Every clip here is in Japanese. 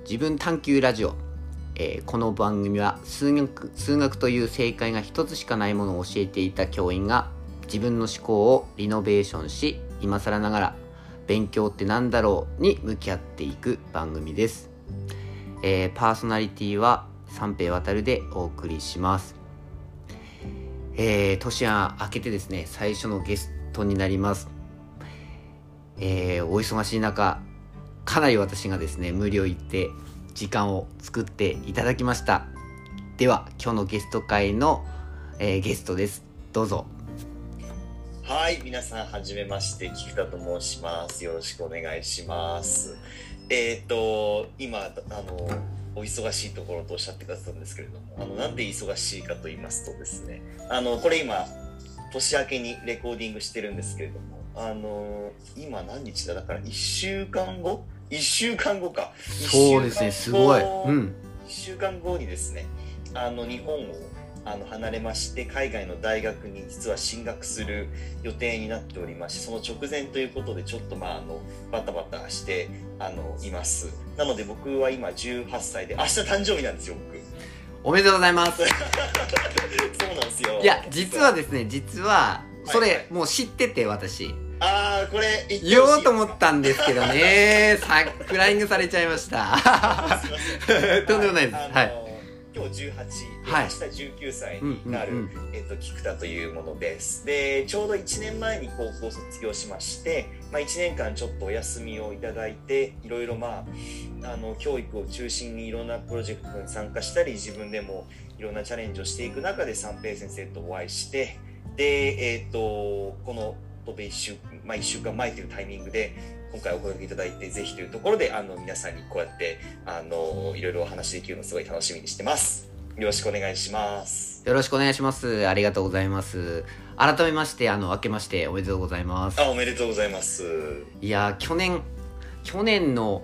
自分探求ラジオ。この番組は数学という正解が一つしかないものを教えていた教員が自分の思考をリノベーションし、今更ながら勉強ってなんだろうに向き合っていく番組です。パーソナリティは三平渡でお送りします。年が明けてですね、最初のゲストになります。お忙しい中、かなり私がですね、無理を言って時間を作っていただきました。では今日のゲスト会の、ゲストです。どうぞ。 はい、皆さんはじめまして、菊田と申します。よろしくお願いします。今お忙しいところとおっしゃってくださったんですけれども、なんで忙しいかと言いますとですね、これ今年明けにレコーディングしてるんですけれども、今何日だ、だから1週間後か。 そうですね、すごい。 1週間後にですね、日本を離れまして、海外の大学に実は進学する予定になっておりまして、その直前ということでちょっとバタバタしています。なので僕は今18歳で、明日誕生日なんですよ、僕。 おめでとうございます。 そうなんですよ。 いや、実はですね、それ、もう知ってて、私これ言おうと思ったんですけどね、フライングされちゃいました。 すいません。 とんでもないです。はい。 今日18、 はい、 明日19歳になる、菊田というものです。で、ちょうど1年前に高校を卒業しまして、1年間ちょっとお休みをいただいて、いろいろ教育を中心にいろんなプロジェクトに参加したり、自分でもいろんなチャレンジをしていく中で三平先生とお会いして、で、この1週間前というタイミングで今回お声掛けいただいて、ぜひというところで皆さんにこうやっていろいろお話できるのをすごい楽しみにしてます。よろしくお願いします。 よろしくお願いします。ありがとうございます。改めまして明けましておめでとうございます。 おめでとうございます。 いや、去年の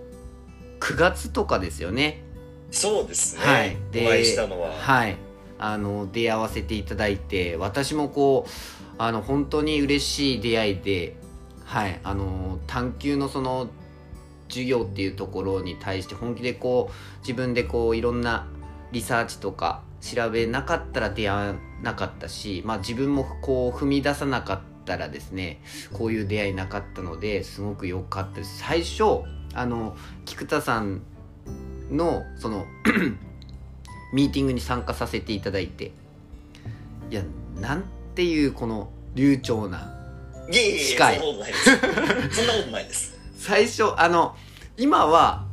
9月とかですよね。 そうですね。 はい。 お会いしたのは、 はい、出会わせていただいて、私も本当に嬉しい出会いで、はい、探究のその授業っていうところに対して本気で自分でいろんなリサーチとか調べなかったら出会わなかったし、自分も踏み出さなかったらですね、こういう出会いなかったので、すごく良かったです。最初菊田さんのそのミーティングに参加させていただいて、いや、なんていうこの流暢な司会。 そんなことないです最初今は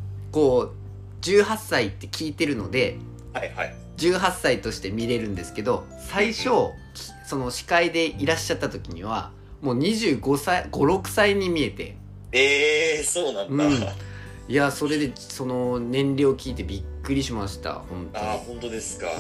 18歳って聞いてるので、 はいはい、 18歳として見れるんですけど、最初その司会でいらっしゃった時にはもう25歳6歳に見えて、 そうなんだ、 いや、それでその年齢を聞いてびっくりしました。本当に。 本当ですか。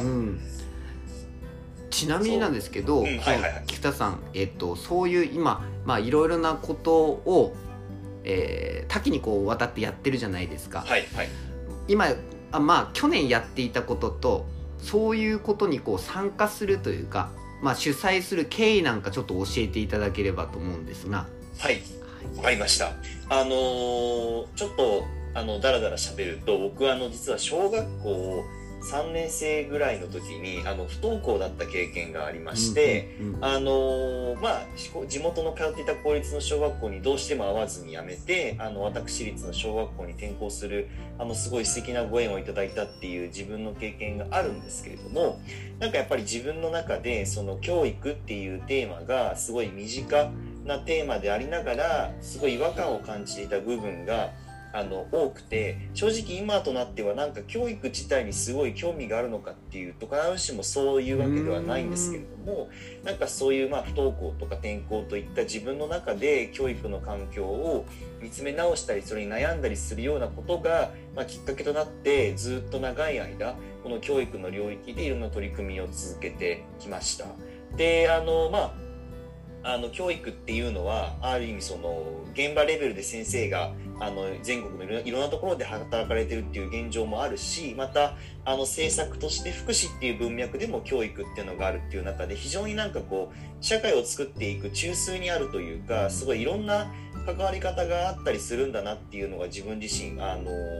ちなみになんですけど、菊田さん、そういう今いろいろなことを、多岐に渡ってやってるじゃないですか。 はいはい。 今去年やっていたことと、そういうことに参加するというか、主催する経緯なんかちょっと教えていただければと思うんですが。 はい、わかりました。ちょっとだらだら喋ると、僕は実は小学校3年生ぐらいの時に不登校だった経験がありまして、地元の通っていた公立の小学校にどうしても合わずに辞めて、私立の小学校に転校するすごい素敵なご縁をいただいたっていう自分の経験があるんですけれども、なんかやっぱり自分の中でその教育っていうテーマがすごい身近なテーマでありながら、すごい違和感を感じていた部分が多くて、正直今となってはなんか教育自体にすごい興味があるのかっていうと、必ずしもそういうわけではないんですけれども、なんかそういう不登校とか転校といった自分の中で教育の環境を見つめ直したり、それに悩んだりするようなことが、きっかけとなって、ずっと長い間この教育の領域でいろんな取り組みを続けてきました。で、教育っていうのはある意味その現場レベルで先生が全国のいろんなところで働かれてるっていう現状もあるし、また政策として福祉っていう文脈でも教育っていうのがあるっていう中で、非常になんか社会を作っていく中枢にあるというか、すごいいろんな関わり方があったりするんだなっていうのが自分自身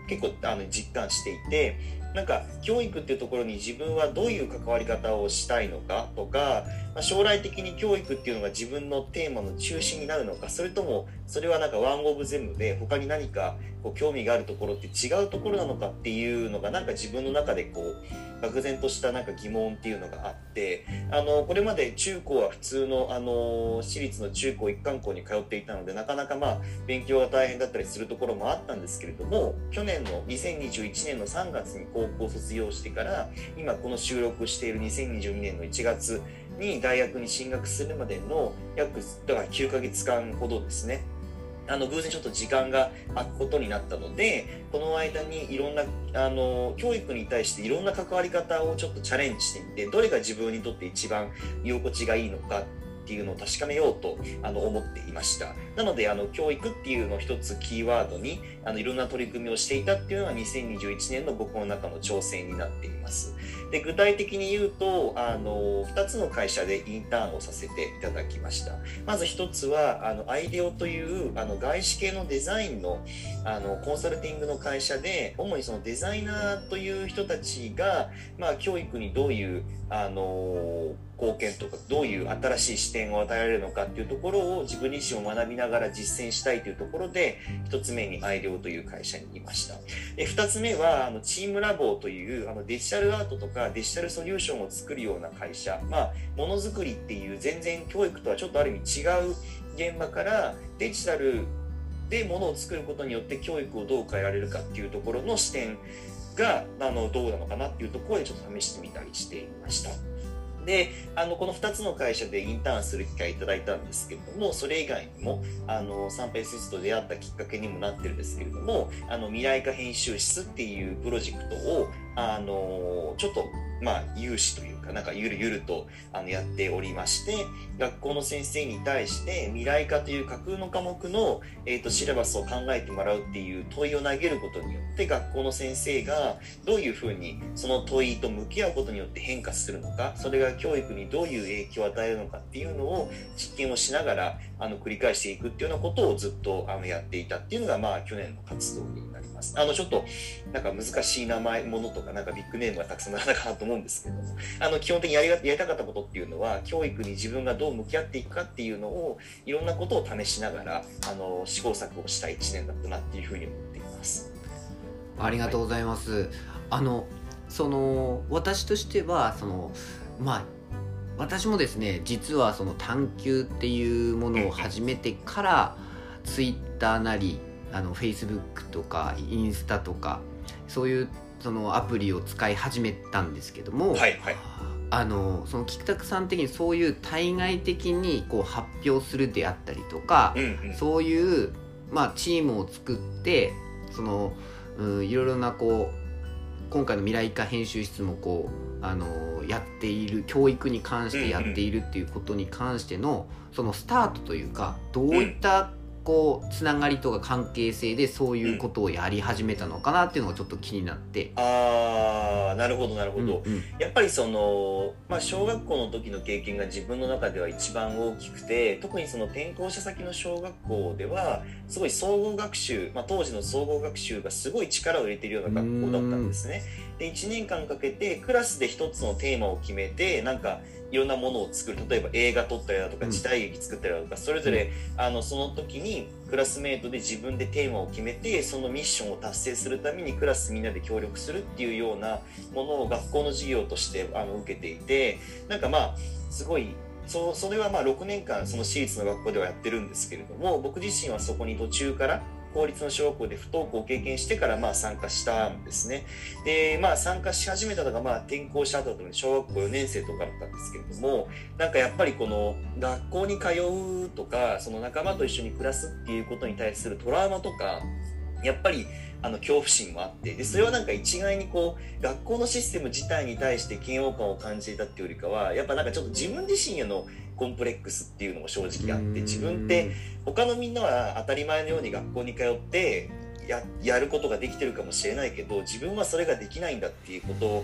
結構実感していて、なんか教育っていうところに自分はどういう関わり方をしたいのかとか、将来的に教育っていうのが自分のテーマの中心になるのか、それともそれはなんかワンオブゼムで他に何かこう興味があるところって違うところなのかっていうのがなんか自分の中でこう漠然としたなんか疑問っていうのがあって、これまで中高は普通の私立の中高一貫校に通っていたので、なかなか勉強が大変だったりするところもあったんですけれども、去年の2021年の3月に高校を卒業してから今この収録している2022年の1月に大学に進学するまでの約だから9ヶ月間ほどですね、偶然ちょっと時間が空くことになったので、この間にいろんな教育に対していろんな関わり方をちょっとチャレンジしてみて、どれが自分にとって一番居心地がいいのかっていうのを確かめようと思っていました。なので教育っていうのを一つキーワードにいろんな取り組みをしていたっていうのは2021年の僕の中の挑戦になっています。で、具体的に言うと2つの会社でインターンをさせていただきました。まず1つはアイデオという外資系のデザインのコンサルティングの会社で、主にそのデザイナーという人たちが、教育にどういう貢献とかどういう新しい視点を与えられるのかっていうところを自分自身を学びながら実践したいというところで、1つ目にアイデオという会社にいました。で、2つ目はチームラボというデジタルアートとかデジタルソリューションを作るような会社、ものづくりっていう全然教育とはちょっとある意味違う現場からデジタルでものを作ることによって教育をどう変えられるかっていうところの視点がどうなのかなっていうところでちょっと試してみたりしていました。で、この2つの会社でインターンする機会いただいたんですけれども、それ以外にもサンペイスイスと出会ったきっかけにもなってるんですけれども、未来化編集室っていうプロジェクトをちょっと有志というかなんかゆるゆるとやっておりまして、学校の先生に対して未来化という架空の科目の、シラバスを考えてもらうっていう問いを投げることによって、学校の先生がどういうふうにその問いと向き合うことによって変化するのか、それが教育にどういう影響を与えるのかっていうのを実験をしながら繰り返していくっていうようなことをずっとやっていたっていうのが去年の活動になります。ちょっとなんか難しい名前ものとかなんかビッグネームがたくさんならなかなと思うんですけども、基本的にやりたかったことっていうのは、教育に自分がどう向き合っていくかっていうのをいろんなことを試しながら試行錯誤した1年だったなっていうふうに思っています。 ありがとうございます。私としては私もですね、実はその探究っていうものを始めてからツイッターなりFacebook とかインスタとかそういうそのアプリを使い始めたんですけども、そのキクタクさん的にそういう対外的にこう発表するであったりとか、そういうチームを作っていろいろな今回の未来化編集室もやっている教育に関してやっているっていうことに関してのそのスタートというか、どういったつながりとか関係性でそういうことをやり始めたのかなっていうのがちょっと気になって。 なるほどなるほど、やっぱり小学校の時の経験が自分の中では一番大きくて、特に転校した先の小学校ではすごい総合学習、当時の総合学習がすごい力を入れているような学校だったんですね。で、1年間かけてクラスで一つのテーマを決めてなんかいろんなものを作る、例えば映画撮ったりだとか時代劇作ったりだとか、それぞれその時にクラスメートで自分でテーマを決めて、そのミッションを達成するためにクラスみんなで協力するっていうようなものを学校の授業として受けていて、なんかすごいそれは6年間その私立の学校ではやってるんですけれども、僕自身はそこに途中から公立の小学校で不登校を経験してから参加したんですね。で、参加し始めたのが転校した後だったので小学校4年生とかだったんですけれども、なんかやっぱりこの学校に通うとかその仲間と一緒に暮らすっていうことに対するトラウマとか、やっぱり恐怖心もあって、でそれはなんか一概に学校のシステム自体に対して嫌悪感を感じていたっていうよりかは、やっぱなんかちょっと自分自身へのコンプレックスっていうのも正直あって、自分って他のみんなは当たり前のように学校に通ってやることができてるかもしれないけど、自分はそれができないんだっていうこと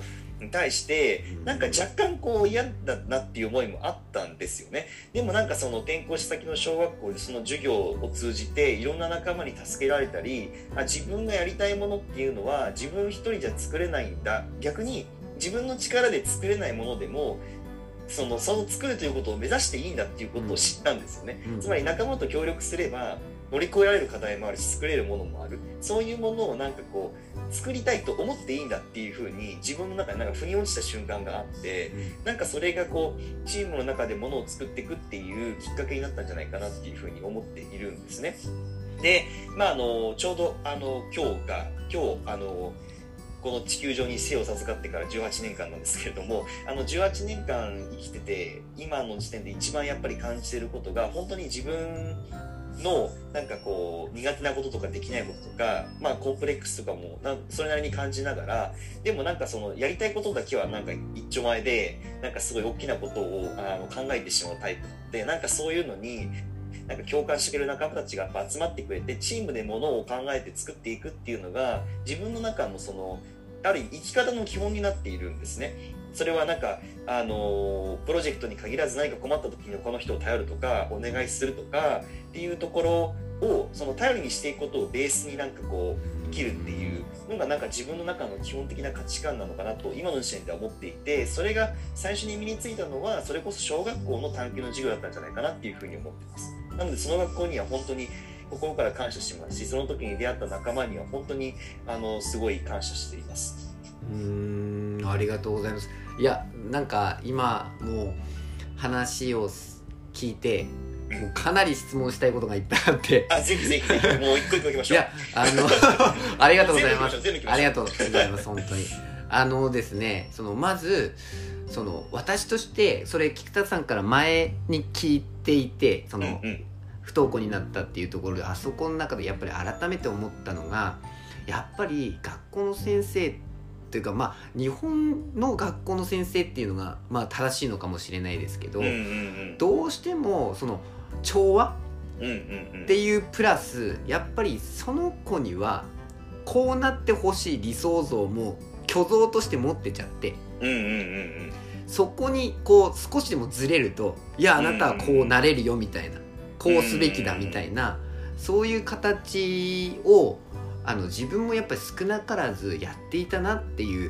に対してなんか若干こう嫌だなっていう思いもあったんですよね。でもなんかその転校し先の小学校でその授業を通じていろんな仲間に助けられたり、自分がやりたいものっていうのは自分一人じゃ作れないんだ、逆に自分の力で作れないものでもその作るということを目指していいんだっていうことを知ったんですよね。つまり仲間と協力すれば乗り越えられる課題もあるし作れるものもある、そういうものをなんかこう作りたいと思っていいんだっていうふうに自分の中でなんか腑に落ちた瞬間があって、なんかそれがこうチームの中でものを作っていくっていうきっかけになったんじゃないかなっていうふうに思っているんですね。で、ちょうど今日この地球上に生を授かってから18年間なんですけれども、18年間生きてて今の時点で一番やっぱり感じていることが、本当に自分のなんかこう苦手なこととかできないこととか、コンプレックスとかもそれなりに感じながら、でもなんかそのやりたいことだけはなんか一丁前でなんかすごい大きなことを考えてしまうタイプで、なんかそういうのになんか共感してくれる仲間たちがやっぱ集まってくれてチームでものを考えて作っていくっていうのが自分の中のそのある生き方の基本になっているんですね。それはなんかプロジェクトに限らず何か困った時にこの人を頼るとかお願いするとかっていうところをその頼りにしていくことをベースになんかこう生きるっていうのがなんか自分の中の基本的な価値観なのかなと今の時点では思っていて、それが最初に身についたのはそれこそ小学校の探究の授業だったんじゃないかなっていうふうに思ってます。なのでその学校には本当に心から感謝してますし、その時に出会った仲間には本当にすごい感謝しています。 ありがとうございます。いや、なんか今もう話を聞いてもうかなり質問したいことがいっぱいあって、 ぜひぜひもう一個一個いきましょう。 いやありがとうございます。ありがとうございます本当に。ですね、まず私としてそれ菊田さんから前に聞いていて、不登校になったっていうところであそこの中でやっぱり改めて思ったのが、やっぱり学校の先生というか、日本の学校の先生っていうのが、正しいのかもしれないですけど、どうしても調和っていうプラスやっぱりその子にはこうなってほしい理想像も虚像として持ってちゃって、そこにこう少しでもずれると、いやあなたはこうなれるよみたいな、こうすべきだみたいな、そういう形を自分もやっぱり少なからずやっていたなっていう、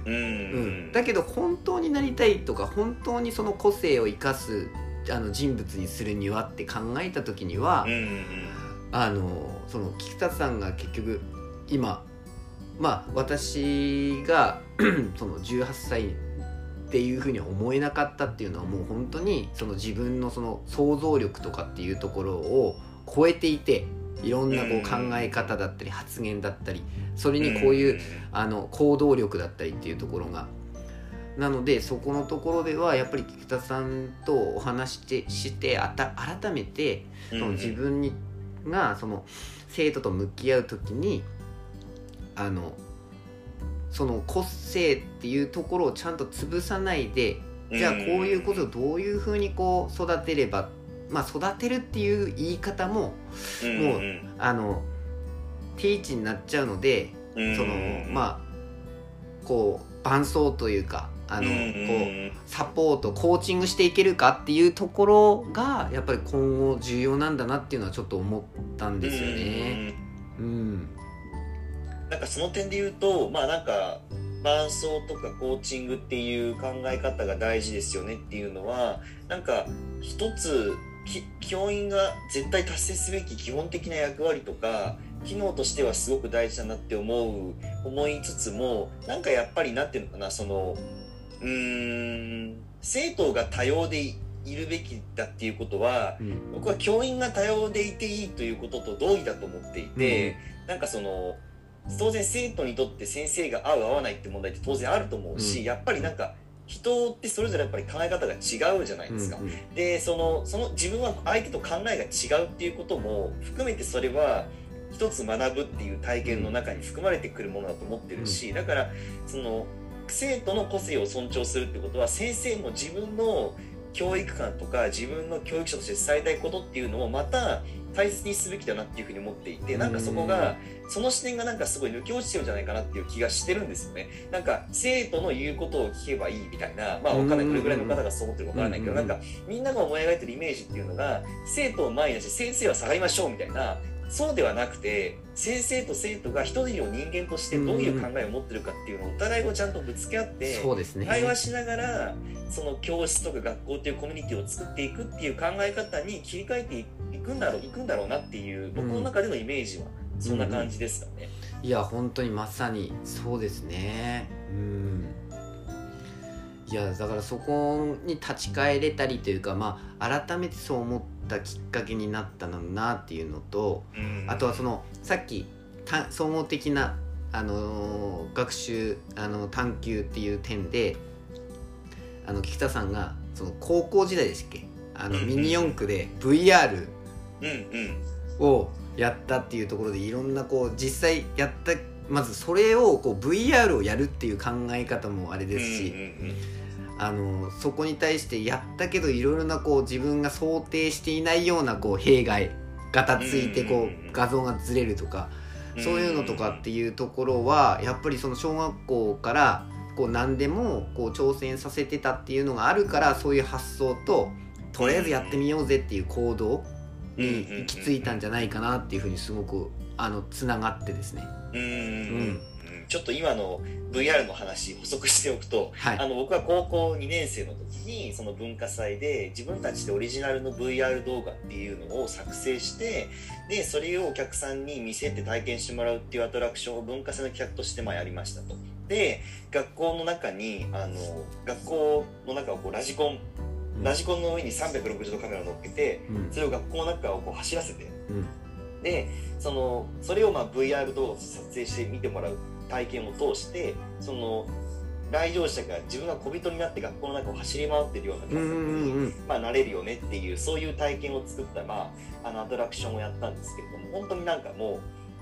だけど本当になりたいとか本当にその個性を生かす人物にするにはって考えた時には、その菊田さんが結局今私がその18歳っていうふうには思えなかったっていうのはもう本当にその自分のその想像力とかっていうところを超えていて、いろんなこう考え方だったり発言だったり、それにこういう行動力だったりっていうところが、なのでそこのところではやっぱり菊田さんとお話して改めてその自分がその生徒と向き合うときにその個性っていうところをちゃんと潰さないで、じゃあこういうことをどういうふうにこう育てれば、育てるっていう言い方ももうティーチになっちゃうので、こう伴走というかこうサポートコーチングしていけるかっていうところがやっぱり今後重要なんだなっていうのはちょっと思ったんですよね。 なんかその点で言うと、なんか伴走とかコーチングっていう考え方が大事ですよねっていうのは、なんか一つ教員が絶対達成すべき基本的な役割とか機能としてはすごく大事だなって思いつつも、なんかやっぱりなんていうのかな、生徒が多様でいるべきだっていうことは、僕は教員が多様でいていいということと同義だと思っていて、なんか当然生徒にとって先生が合う合わないって問題って当然あると思うし、やっぱりなんか人ってそれぞれやっぱり考え方が違うじゃないですか。でその自分は相手と考えが違うっていうことも含めて、それは一つ学ぶっていう体験の中に含まれてくるものだと思ってるし、だから生徒の個性を尊重するってことは、先生も自分の教育観とか自分の教育者として伝えたいことっていうのをまた大切にすべきだなっていうふうに思っていて、なんかそこがその視点がなんかすごい抜け落ちてるんじゃないかなっていう気がしてるんですよね。なんか生徒の言うことを聞けばいいみたいな、まあわかんない、どれぐらいの方がそう思ってるかわからないけど、なんかみんなが思い描いてるイメージっていうのが、生徒を前に出して先生は下がりましょうみたいな、そうではなくて、先生と生徒が一人の人間としてどういう考えを持ってるかっていうのをお互いをちゃんとぶつけ合って、 そうですね、 対話しながらその教室とか学校っていうコミュニティを作っていくっていう考え方に切り替えていくんだろうなっていう、僕の中でのイメージはそんな感じですかね。 いや本当にまさにそうですね。いやだからそこに立ち返れたりというか、まあ改めてそう思ったきっかけになったのなっていうのと、あとはそのさっき総合的な、学習探求っていう点で菊田さんがその高校時代でしたっけ、ミニ四駆で VR をやったっていうところで、いろんなこう実際やった、まずそれをこう VR をやるっていう考え方もあれですし、そこに対してやったけどいろいろなこう自分が想定していないようなこう弊害がたついてこう画像がずれるとか、そういうのとかっていうところはやっぱりその小学校からこう何でもこう挑戦させてたっていうのがあるから、そういう発想ととりあえずやってみようぜっていう行動に行き着いたんじゃないかなっていうふうにすごくつながってですね。 ちょっと今の VR の話補足しておくと、はい、僕は高校2年生の時にその文化祭で自分たちでオリジナルの VR 動画っていうのを作成して、でそれをお客さんに見せて体験してもらうっていうアトラクションを文化祭の企画としてやりましたと。で学校の中に学校の中をこうラジコンの上に360度カメラを乗っけて、それを学校の中をこう走らせて、でそれをVR 動画を撮影して見てもらう体験を通して、その来場者が自分が小人になって学校の中を走り回ってるような感覚に、なれるよねっていう、そういう体験を作った、アトラクションをやったんですけれども、本当になんかもう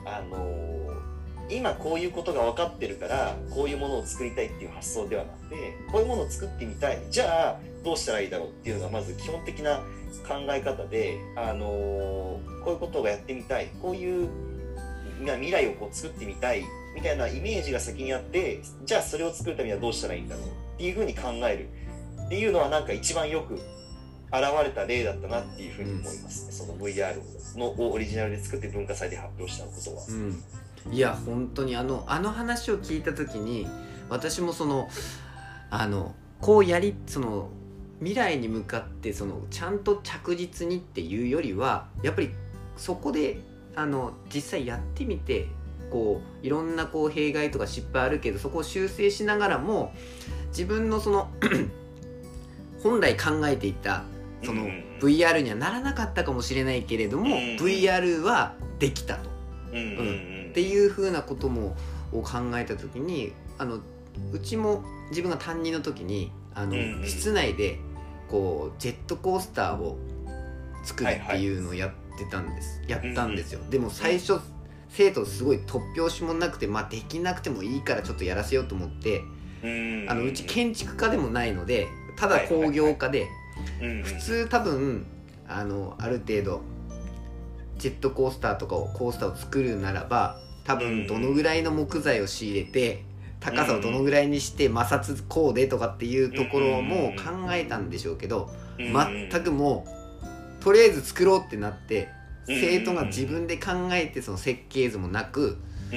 今こういうことが分かってるからこういうものを作りたいっていう発想ではなくて、こういうものを作ってみたい、じゃあどうしたらいいだろうっていうのがまず基本的な考え方で、こういうことをやってみたい、こういう未来をこう作ってみたいみたいなイメージが先にあって、じゃあそれを作るためにはどうしたらいいんだろうっていうふうに考えるっていうのは、なんか一番よく現れた例だったなっていうふうに思いますね。その VR をオリジナルで作って文化祭で発表したことは。 いや本当に話を聞いた時に、私もこう未来に向かってちゃんと着実にっていうよりは、やっぱりそこで実際やってみて、こういろんなこう弊害とか失敗あるけど、そこを修正しながらも自分の本来考えていたVR にはならなかったかもしれないけれども、VR はできたと、っていう風なことも考えた時に、うちも自分が担任の時に室内でこうジェットコースターを作るっていうのをやったんですよ。でも最初生徒すごい突拍子もなくて、できなくてもいいからちょっとやらせようと思って、うち建築家でもないので、ただ工業家で、普通多分ある程度ジェットコースターを作るならば、多分どのぐらいの木材を仕入れて、高さをどのぐらいにして摩擦こうでとかっていうところも考えたんでしょうけど、全くもうとりあえず作ろうってなって、生徒が自分で考えてその設計図もなく、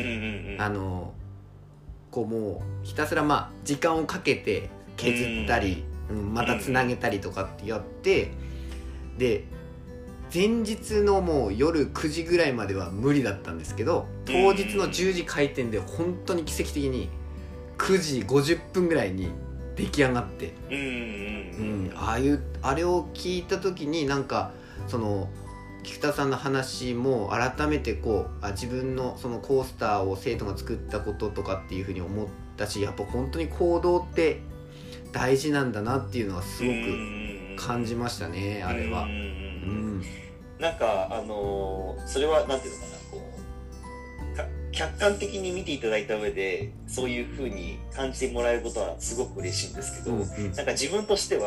こうもうひたすら時間をかけて削ったり、またつなげたりとかってやって、で前日のもう夜9時ぐらいまでは無理だったんですけど、当日の10時開店で本当に奇跡的に9時50分ぐらいに出来上がって、あれを聞いた時に、なんか菊田さんの話も改めてこう自分のそのコースターを生徒が作ったこととかっていうふうに思ったし、やっぱ本当に行動って大事なんだなっていうのはすごく感じましたね、あれは。 なんかそれはなんていうのかな、客観的に見ていただいた上でそういう風に感じてもらえることはすごく嬉しいんですけど、なんか自分としては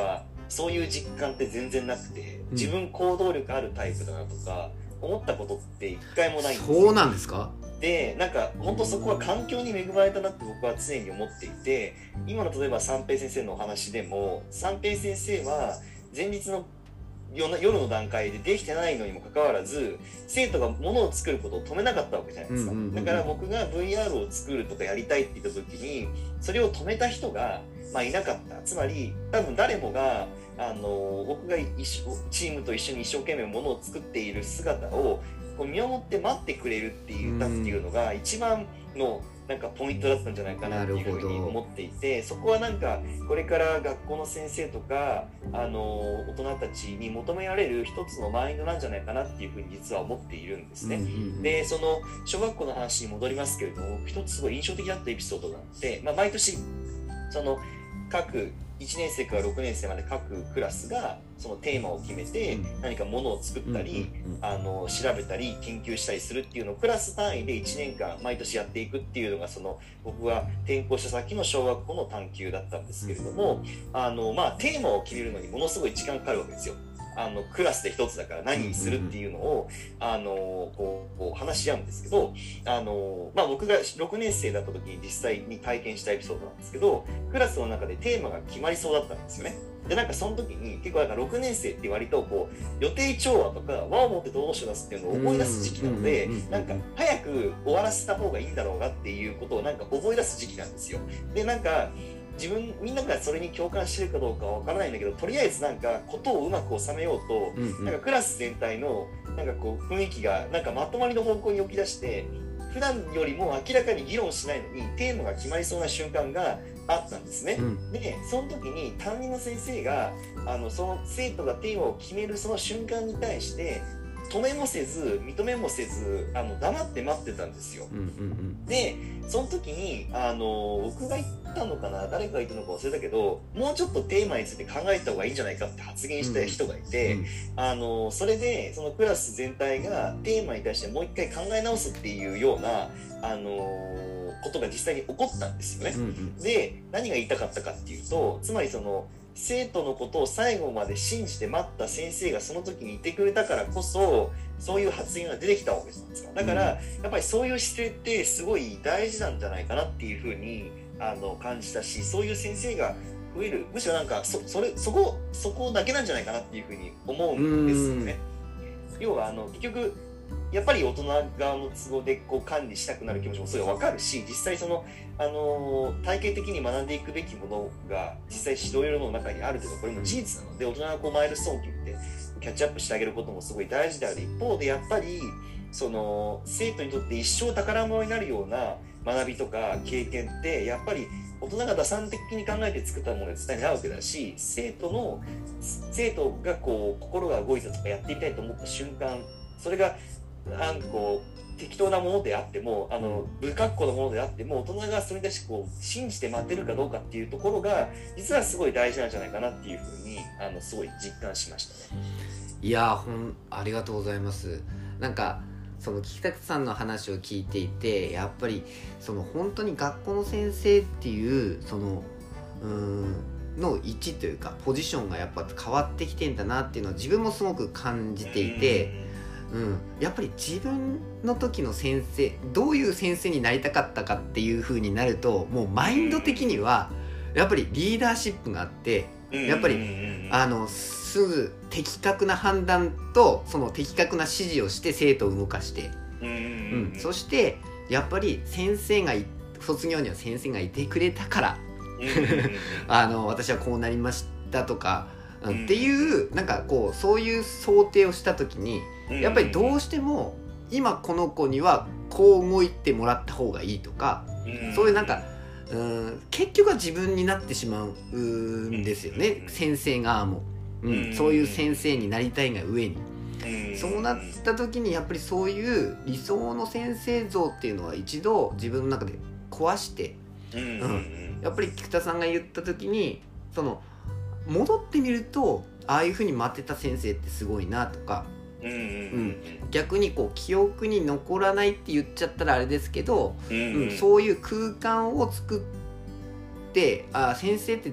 そういう実感って全然なくて、自分行動力あるタイプだなとか思ったことって一回もないんですよ。 そうなんですか？ でなんか本当そこは環境に恵まれたなって僕は常に思っていて、今の例えば三平先生のお話でも、三平先生は前日の夜の段階でできてないのにもかかわらず生徒が物を作ることを止めなかったわけじゃないですか。だから僕が VR を作るとかやりたいって言った時にそれを止めた人が、いなかった。つまり多分誰もが僕がチームと一緒に一生懸命物を作っている姿をこう見守って待ってくれるっていうのが一番のなんかポイントだったんじゃないかなっていうふうに思っていて、そこはなんかこれから学校の先生とか大人たちに求められる一つのマインドなんじゃないかなっていうふうに実は思っているんですね。でその小学校の話に戻りますけれども、一つすごい印象的だったエピソードがあって、毎年その各1年生から6年生まで各クラスがそのテーマを決めて何かものを作ったり調べたり研究したりするっていうのをクラス単位で1年間毎年やっていくっていうのが僕は転校した先の小学校の探究だったんですけれども、テーマを決めるのにものすごい時間かかるわけですよ。クラスで一つだから何にするっていうのをこう話し合うんですけど、僕が6年生だった時に実際に体験したエピソードなんですけど、クラスの中でテーマが決まりそうだったんですよね。でなんかその時に結構6年生って割とこう予定調和とか和をもって同士を出すっていうのを思い出す時期なので、なんか早く終わらせた方がいいんだろうなっていうことをなんか覚え出す時期なんですよ。でなんかみんながそれに共感してるかどうかは分からないんだけど、とりあえずなんかことをうまく収めようと、なんかクラス全体のなんかこう雰囲気がなんかまとまりの方向に置き出して、普段よりも明らかに議論しないのにテーマが決まりそうな瞬間があったんですね。でその時に担任の先生がその生徒がテーマを決めるその瞬間に対して止めもせず認めもせず黙って待ってたんですよ。でその時に僕が言ったのかな、誰かが言ったのか忘れたけど、もうちょっとテーマについて考えた方がいいんじゃないかって発言した人がいて、それでそのクラス全体がテーマに対してもう一回考え直すっていうようなことが実際に起こったんですよね。で何が言いたかったかっていうと、つまりその生徒のことを最後まで信じて待った先生がその時にいてくれたからこそそういう発言が出てきたわけじゃないですか。だからやっぱりそういう姿勢ってすごい大事なんじゃないかなっていうふうに感じたし、そういう先生が増える、むしろなんかそこだけなんじゃないかなっていうふうに思うんですよね。要は結局やっぱり大人側の都合でこう管理したくなる気持ちもそれは分かるし、実際その体系的に学んでいくべきものが実際指導要領の中にあるというのはこれも事実なので、大人がこうマイルストーンを決めてキャッチアップしてあげることもすごい大事である一方で、やっぱりその生徒にとって一生宝物になるような学びとか経験ってやっぱり大人が打算的に考えて作ったもので伝えないわけだし、生徒がこう心が動いたとかやってみたいと思った瞬間、それがこう適当なものであっても不格好なものであっても、大人がそれに対してこう信じて待てるかどうかっていうところが実はすごい大事なんじゃないかなっていうふうにすごい実感しましたね。 いやありがとうございます。なんかその菊田さんの話を聞いていて、やっぱりその本当に学校の先生っていうそのの位置というかポジションがやっぱ変わってきてんだなっていうのは自分もすごく感じていて、やっぱり自分の時の先生どういう先生になりたかったかっていう風になると、もうマインド的にはやっぱりリーダーシップがあって、やっぱりすぐ的確な判断とその的確な指示をして生徒を動かして、そしてやっぱり卒業には先生がいてくれたから私はこうなりましたとか、っていうなんかこうそういう想定をした時にやっぱりどうしても今この子にはこう動いてもらった方がいいとか、そういうなんか結局は自分になってしまうんですよね、先生側も、そういう先生になりたいが上に、そうなった時にやっぱりそういう理想の先生像っていうのは一度自分の中で壊して、やっぱり菊田さんが言った時にその戻ってみるとああいう風に待ってた先生ってすごいなとか、逆にこう記憶に残らないって言っちゃったらあれですけど、そういう空間を作って先生って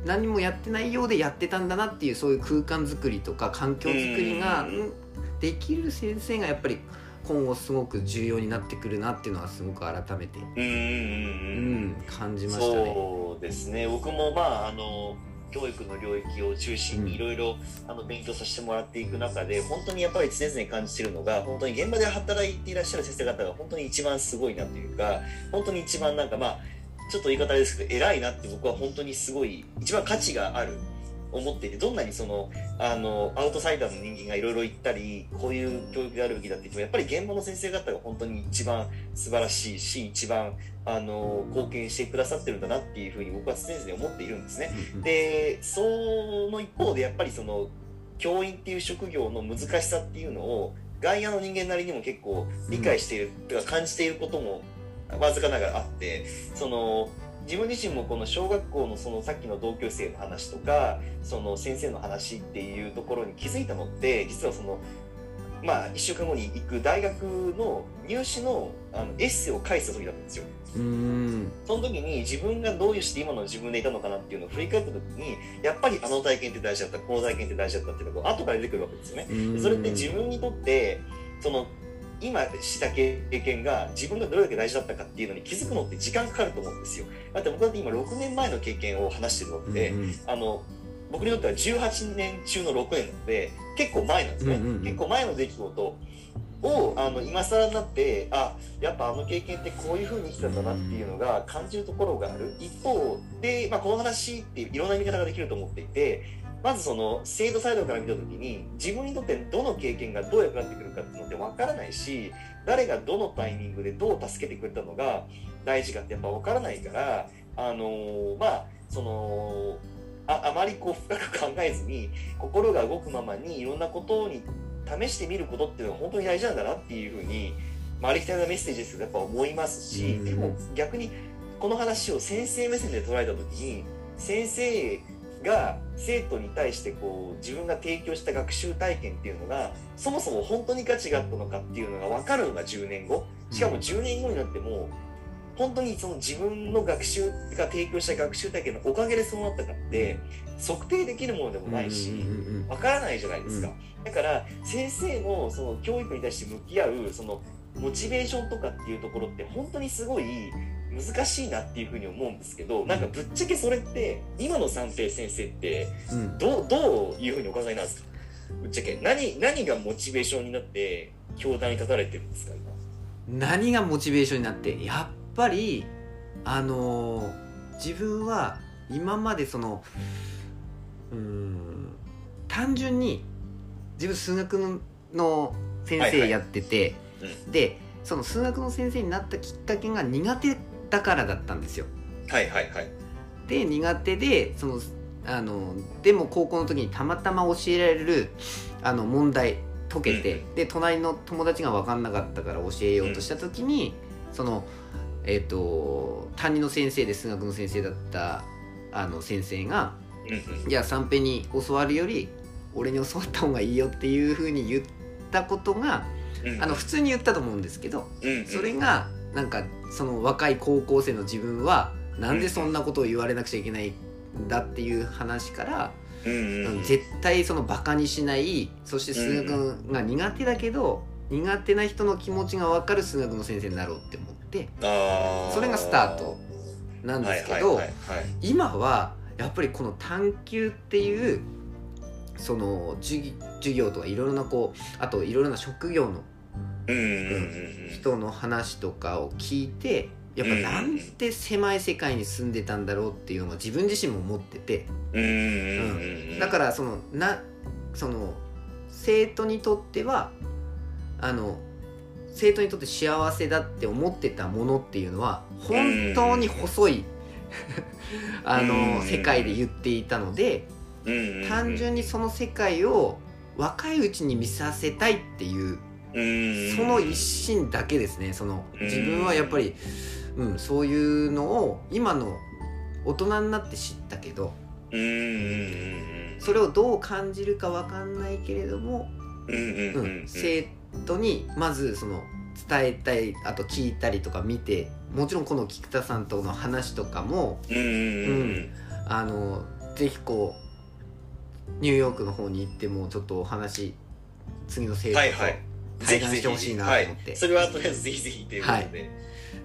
何もやってないようでやってたんだなっていう、そういう空間づくりとか環境づくりができる先生がやっぱり今後すごく重要になってくるなっていうのはすごく改めて感じましたね。 そうですね。僕も教育の領域を中心にいろいろ勉強させてもらっていく中で、本当にやっぱり常々感じているのが、本当に現場で働いていらっしゃる先生方が本当に一番すごいなというか、本当に一番なんかちょっと言い方ですけど偉いなって僕は本当にすごい一番価値がある思っていて、どんなにアウトサイダーの人間がいろいろ言ったり、こういう教育であるべきだって言っても、やっぱり現場の先生方が本当に一番素晴らしいし、一番貢献してくださってるんだなっていうふうに僕は常々思っているんですね。で、その一方でやっぱり教員っていう職業の難しさっていうのを外野の人間なりにも結構理解しているとか感じていることもわずかながらあって、自分自身もこの小学校のさっきの同級生の話とか先生の話っていうところに気づいたのって、実は1週間後に行く大学の入試のエッセイを書いてた時だったんですよ。その時に自分がどういうして今の自分でいたのかなっていうのを振り返った時に、やっぱりあの体験って大事だった、この体験って大事だったっていうのが後から出てくるわけですよね。それって自分にとって今した経験が自分がどれだけ大事だったかっていうのに気づくのって時間かかると思うんですよ。だって僕だって今6年前の経験を話してるので、僕にとっては18年中の6年なので結構前なんですね。結構前の出来事を今更になって、やっぱ経験ってこういう風に生きたんだなっていうのが感じるところがある一方で、この話っていろんな見方ができると思っていて、まず制度サイドから見た時に自分にとってどの経験がどう役立ってくるかっていうのって分からないし、誰がどのタイミングでどう助けてくれたのが大事かってやっぱ分からないから、あまり深く考えずに心が動くままにいろんなことに試してみることっていうのが本当に大事なんだなっていうふうに、ありきたりなメッセージですけどやっぱ思いますし、でも逆にこの話を先生目線で捉えた時に、先生が生徒に対して自分が提供した学習体験っていうのがそもそも本当に価値があったのかっていうのが分かるのが10年後、しかも10年後になっても本当に自分の学習が提供した学習体験のおかげでそうなったかって測定できるものでもないし分からないじゃないですか。だから先生の教育に対して向き合うモチベーションとかっていうところって本当にすごい難しいなっていうふうに思うんですけど、なんかぶっちゃけそれって今の三平先生ってどういうふうにお考えなんですか？ぶっちゃけ何がモチベーションになって教壇に立たれてるんですか？今何がモチベーションになって、やっぱり自分は今まで単純に自分数学の先生やってて、で数学の先生になったきっかけが苦手だからだったんですよ。で苦手ででも高校の時にたまたま教えられる問題解けて、で隣の友達が分かんなかったから教えようとした時に、担任の先生で数学の先生だった先生が、いや三平に教わるより俺に教わった方がいいよっていう風に言ったことが、普通に言ったと思うんですけど、それがなんか若い高校生の自分はなんでそんなことを言われなくちゃいけないんだっていう話から、絶対バカにしない、そして数学が苦手だけど苦手な人の気持ちが分かる数学の先生になろうって思って、それがスタートなんですけど、今はやっぱりこの探究っていう授業とかいろいろなあといろいろな職業の人の話とかを聞いて、やっぱなんて狭い世界に住んでたんだろうっていうのが自分自身も思ってて、だから生徒にとっては生徒にとって幸せだって思ってたものっていうのは本当に細い世界で言っていたので、単純にその世界を若いうちに見させたいっていうその一心だけですね。自分はやっぱり、そういうのを今の大人になって知ったけど、それをどう感じるか分かんないけれども、生徒にまず伝えたい、あと聞いたりとか見て、もちろんこの菊田さんとの話とかも、 ぜひこうニューヨークの方に行ってもちょっとお話次の生徒と対談してほしいなと思って、 はい、それはとりあえずぜひぜひということで、はい、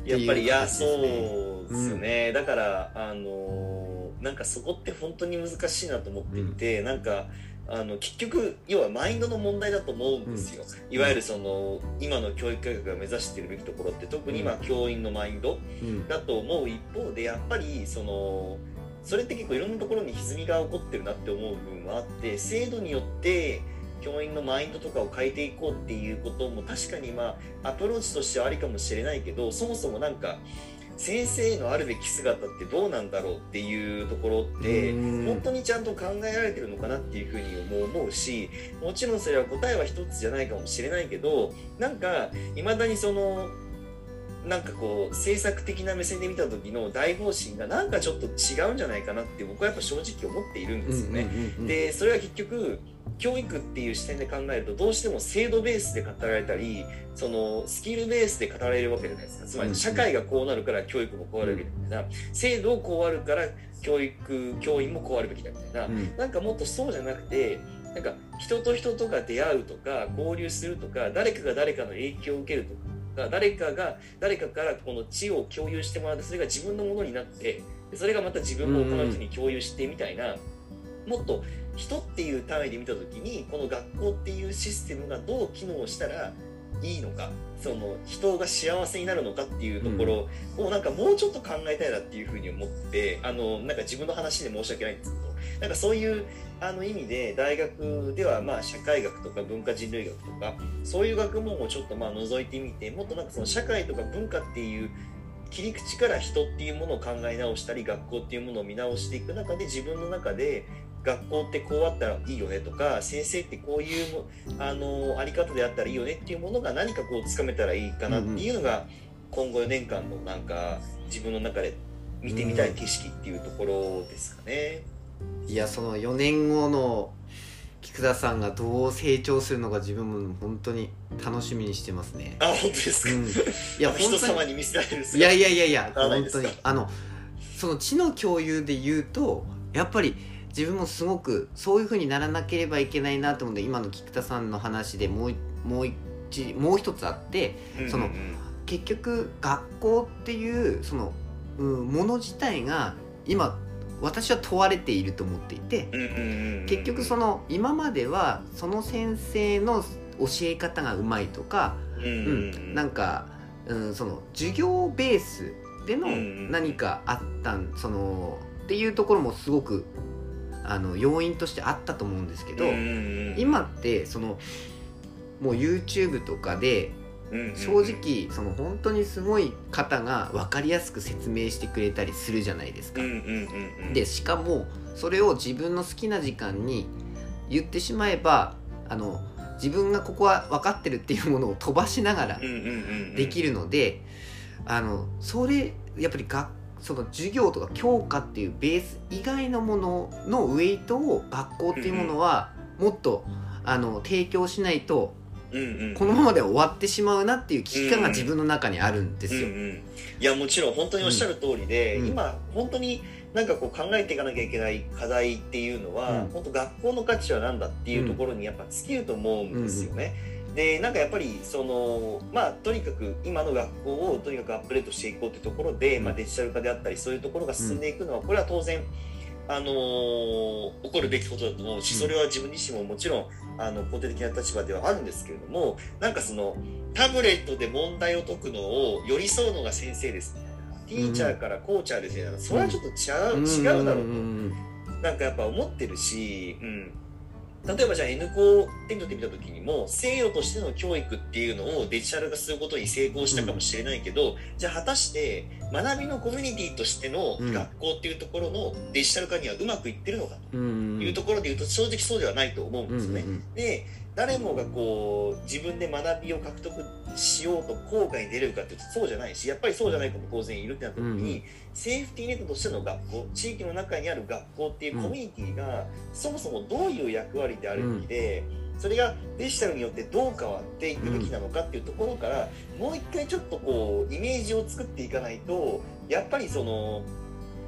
やっぱり、いやそうですね、だからなんかそこって本当に難しいなと思っていて、なんか結局要はマインドの問題だと思うんですよ、いわゆるその今の教育改革が目指しているべきところって特に今教員のマインドだと思う一方で、やっぱりそれって結構いろんなところに歪みが起こってるなって思う部分はあって、制度によって教員のマインドとかを変えていこうっていうことも確かにアプローチとしてはありかもしれないけど、そもそもなんか先生のあるべき姿ってどうなんだろうっていうところって本当にちゃんと考えられてるのかなっていうふうに思うし、もちろんそれは答えは一つじゃないかもしれないけど、なんかいまだになんかこう政策的な目線で見た時の大方針がなんかちょっと違うんじゃないかなって僕はやっぱ正直思っているんですよね。でそれは結局教育っていう視点で考えるとどうしても制度ベースで語られたりスキルベースで語られるわけじゃないですか。つまり社会がこうなるから教育もこうあるべきだみたいな、制度こうあるから教員もこうあるべきだみたいな、なんかもっとそうじゃなくて、なんか人と人とが出会うとか交流するとか、誰かが誰かの影響を受けるとか、誰かが誰かからこの知を共有してもらって、それが自分のものになって、それがまた自分も他の人に共有してみたいな、もっと人っていう単位で見た時にこの学校っていうシステムがどう機能したらいいのか、人が幸せになるのかっていうところをなんかもうちょっと考えたいなっていうふうに思って、なんか自分の話で申し訳ないんですけど、なんかそういう意味で大学では社会学とか文化人類学とかそういう学問をちょっと覗いてみて、もっとなんか社会とか文化っていう切り口から人っていうものを考え直したり、学校っていうものを見直していく中で、自分の中で学校ってこうあったらいいよねとか、先生ってこういうあり方であったらいいよねっていうものが何かこうつかめたらいいかなっていうのが、今後4年間のなんか自分の中で見てみたい景色っていうところですかね。 いや、その4年後の菊田さんがどう成長するのか自分も本当に楽しみにしてますね。 あ、本当ですか。いや、人様に見せられる姿。 いや本当にその知の共有で言うと、やっぱり自分もすごくそういう風にならなければいけないなと思って、今の菊田さんの話でもう一つあって、結局学校っていうもの自体が今私は問われていると思っていて、結局今まではその先生の教え方がうまいとか、なんか、授業ベースでの何かあったっていうところもすごく要因としてあったと思うんですけど、今ってもう YouTube とかで正直本当にすごい方が分かりやすく説明してくれたりするじゃないですか。でしかもそれを自分の好きな時間に言ってしまえば自分がここは分かってるっていうものを飛ばしながらできるので、それやっぱり授業とか教科っていうベース以外のもののウェイトを学校っていうものはもっと提供しないと、このままで終わってしまうなっていう危機感が自分の中にあるんですよ。 いや、もちろん本当におっしゃる通りで、今本当になんかこう考えていかなきゃいけない課題っていうのは、本当学校の価値は何だっていうところにやっぱ尽きると思うんですよね。でなんかやっぱりとにかく今の学校をとにかくアップデートしていこうというところで、デジタル化であったりそういうところが進んでいくのは、これは当然起こるべきことだと思うし、それは自分自身ももちろん肯定的な立場ではあるんですけれども、なんかタブレットで問題を解くのを寄り添うのが先生ですみたいな、ティーチャーからコーチャーですみたいな、それはちょっと違うだろうとなんかやっぱ思ってるし、例えばじゃあ N 校って見た時にも西洋としての教育っていうのをデジタル化することに成功したかもしれないけど、じゃあ果たして学びのコミュニティとしての学校っていうところのデジタル化にはうまくいってるのかというところで言うと正直そうではないと思うんですね。で誰もがこう自分で学びを獲得しようと郊外に出れるかっていうとそうじゃないし、やっぱりそうじゃない子も当然いるってなった時に、セーフティーネットとしての学校、地域の中にある学校っていうコミュニティがそもそもどういう役割であるべきで、それがデジタルによってどう変わっていくべきなのかっていうところから、もう一回ちょっとこうイメージを作っていかないと、やっぱり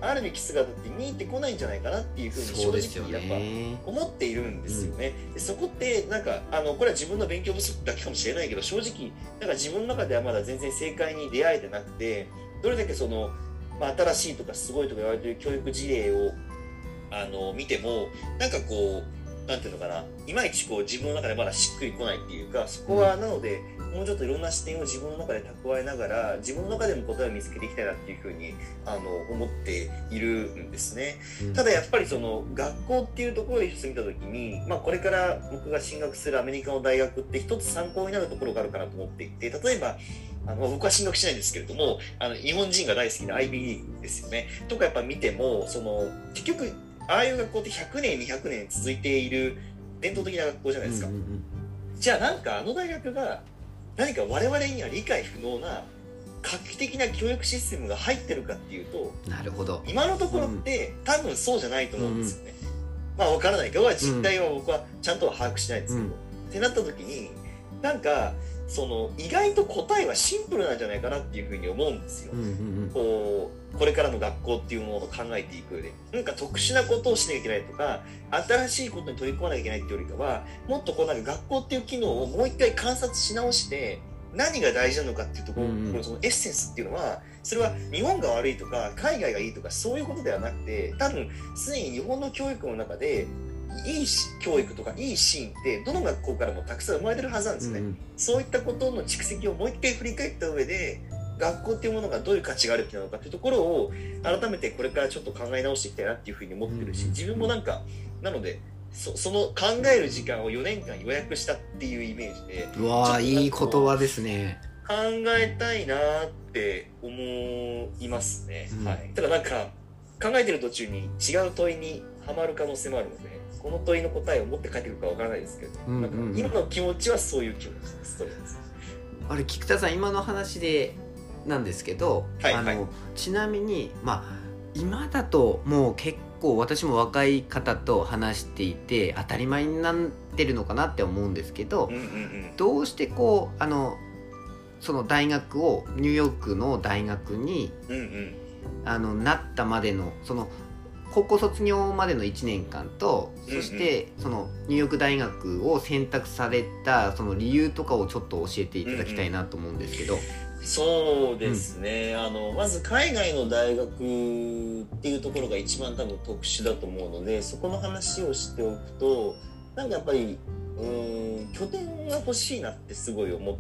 あるべき姿って見えてこないんじゃないかなっていうふうに正直やっぱ思っているんですよね。でそこってなんかこれは自分の勉強不足だけかもしれないけど、正直なんか自分の中ではまだ全然正解に出会えてなくて、どれだけその、新しいとかすごいとか言われている教育事例を見てもなんかこうなんていうのかな、いまいちこう自分の中でまだしっくりこないっていうか、そこはなのでもうちょっといろんな視点を自分の中で蓄えながら自分の中でも答えを見つけていきたいなっていうふうに思っているんですね。ただやっぱりその学校っていうところで一つ見た時に、これから僕が進学するアメリカの大学って一つ参考になるところがあるかなと思っていて、例えば僕は進学しないんですけれども日本人が大好きな IB リーグですよねとかやっぱ見ても、その結局ああいう学校って100年200年続いている伝統的な学校じゃないですか。じゃあなんか大学が何か我々には理解不能な画期的な教育システムが入ってるかっていうと、 なるほど、 今のところって多分そうじゃないと思うんですよね。分からないけど実態は僕はちゃんとは把握しないんですけど、ってなった時になんかその意外と答えはシンプルなんじゃないかなっていうふうに思うんですよ。これからの学校っていうものを考えていく上でなんか特殊なことをしなきゃいけないとか新しいことに取り組まなきゃいけないっていうよりかは、もっとこうなんか学校っていう機能をもう一回観察し直して何が大事なのかっていうところ、そのエッセンスっていうのはそれは日本が悪いとか海外がいいとかそういうことではなくて、多分すでに日本の教育の中でいい教育とかいいシーンってどの学校からもたくさん生まれてるはずなんですね。そういったことの蓄積をもう一回振り返った上で学校っていうものがどういう価値があるべきなのかっていうところを改めてこれからちょっと考え直していきたいなっていうふうに思ってるし、自分もなんかなのでその考える時間を4年間予約したっていうイメージで、 うわーいい言葉ですね。 考えたいなって思いますね。ただなんか考えてる途中に違う問いにはまる可能性もあるので、この問いの答えを持って帰ってくるかわからないですけど、なんか今の気持ちはそういう気持ちです。 あれ菊田さん、今の話でなんですけど、ちなみに今だともう結構私も若い方と話していて当たり前になってるのかなって思うんですけど、どうしてこうその大学をニューヨークの大学に、なったまでのその高校卒業までの1年間と、そしてそのニューヨーク大学を選択されたその理由とかをちょっと教えていただきたいなと思うんですけど。 そうですね、まず海外の大学っていうところが一番多分特殊だと思うので、そこの話をしておくと、なんかやっぱり拠点が欲しいなってすごい思って、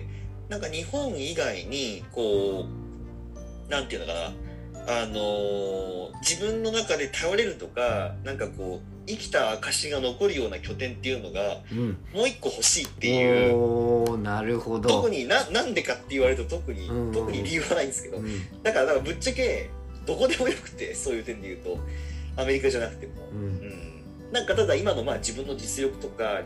なんか日本以外にこうなんていうのかな、自分の中で頼れるとか、なんかこう生きた証が残るような拠点っていうのが、もう一個欲しいっていう。 なるほど。 特になんでかって言われると特に理由はないんですけど、だからぶっちゃけどこでもよくて、そういう点で言うとアメリカじゃなくても、なんかただ今の自分の実力とか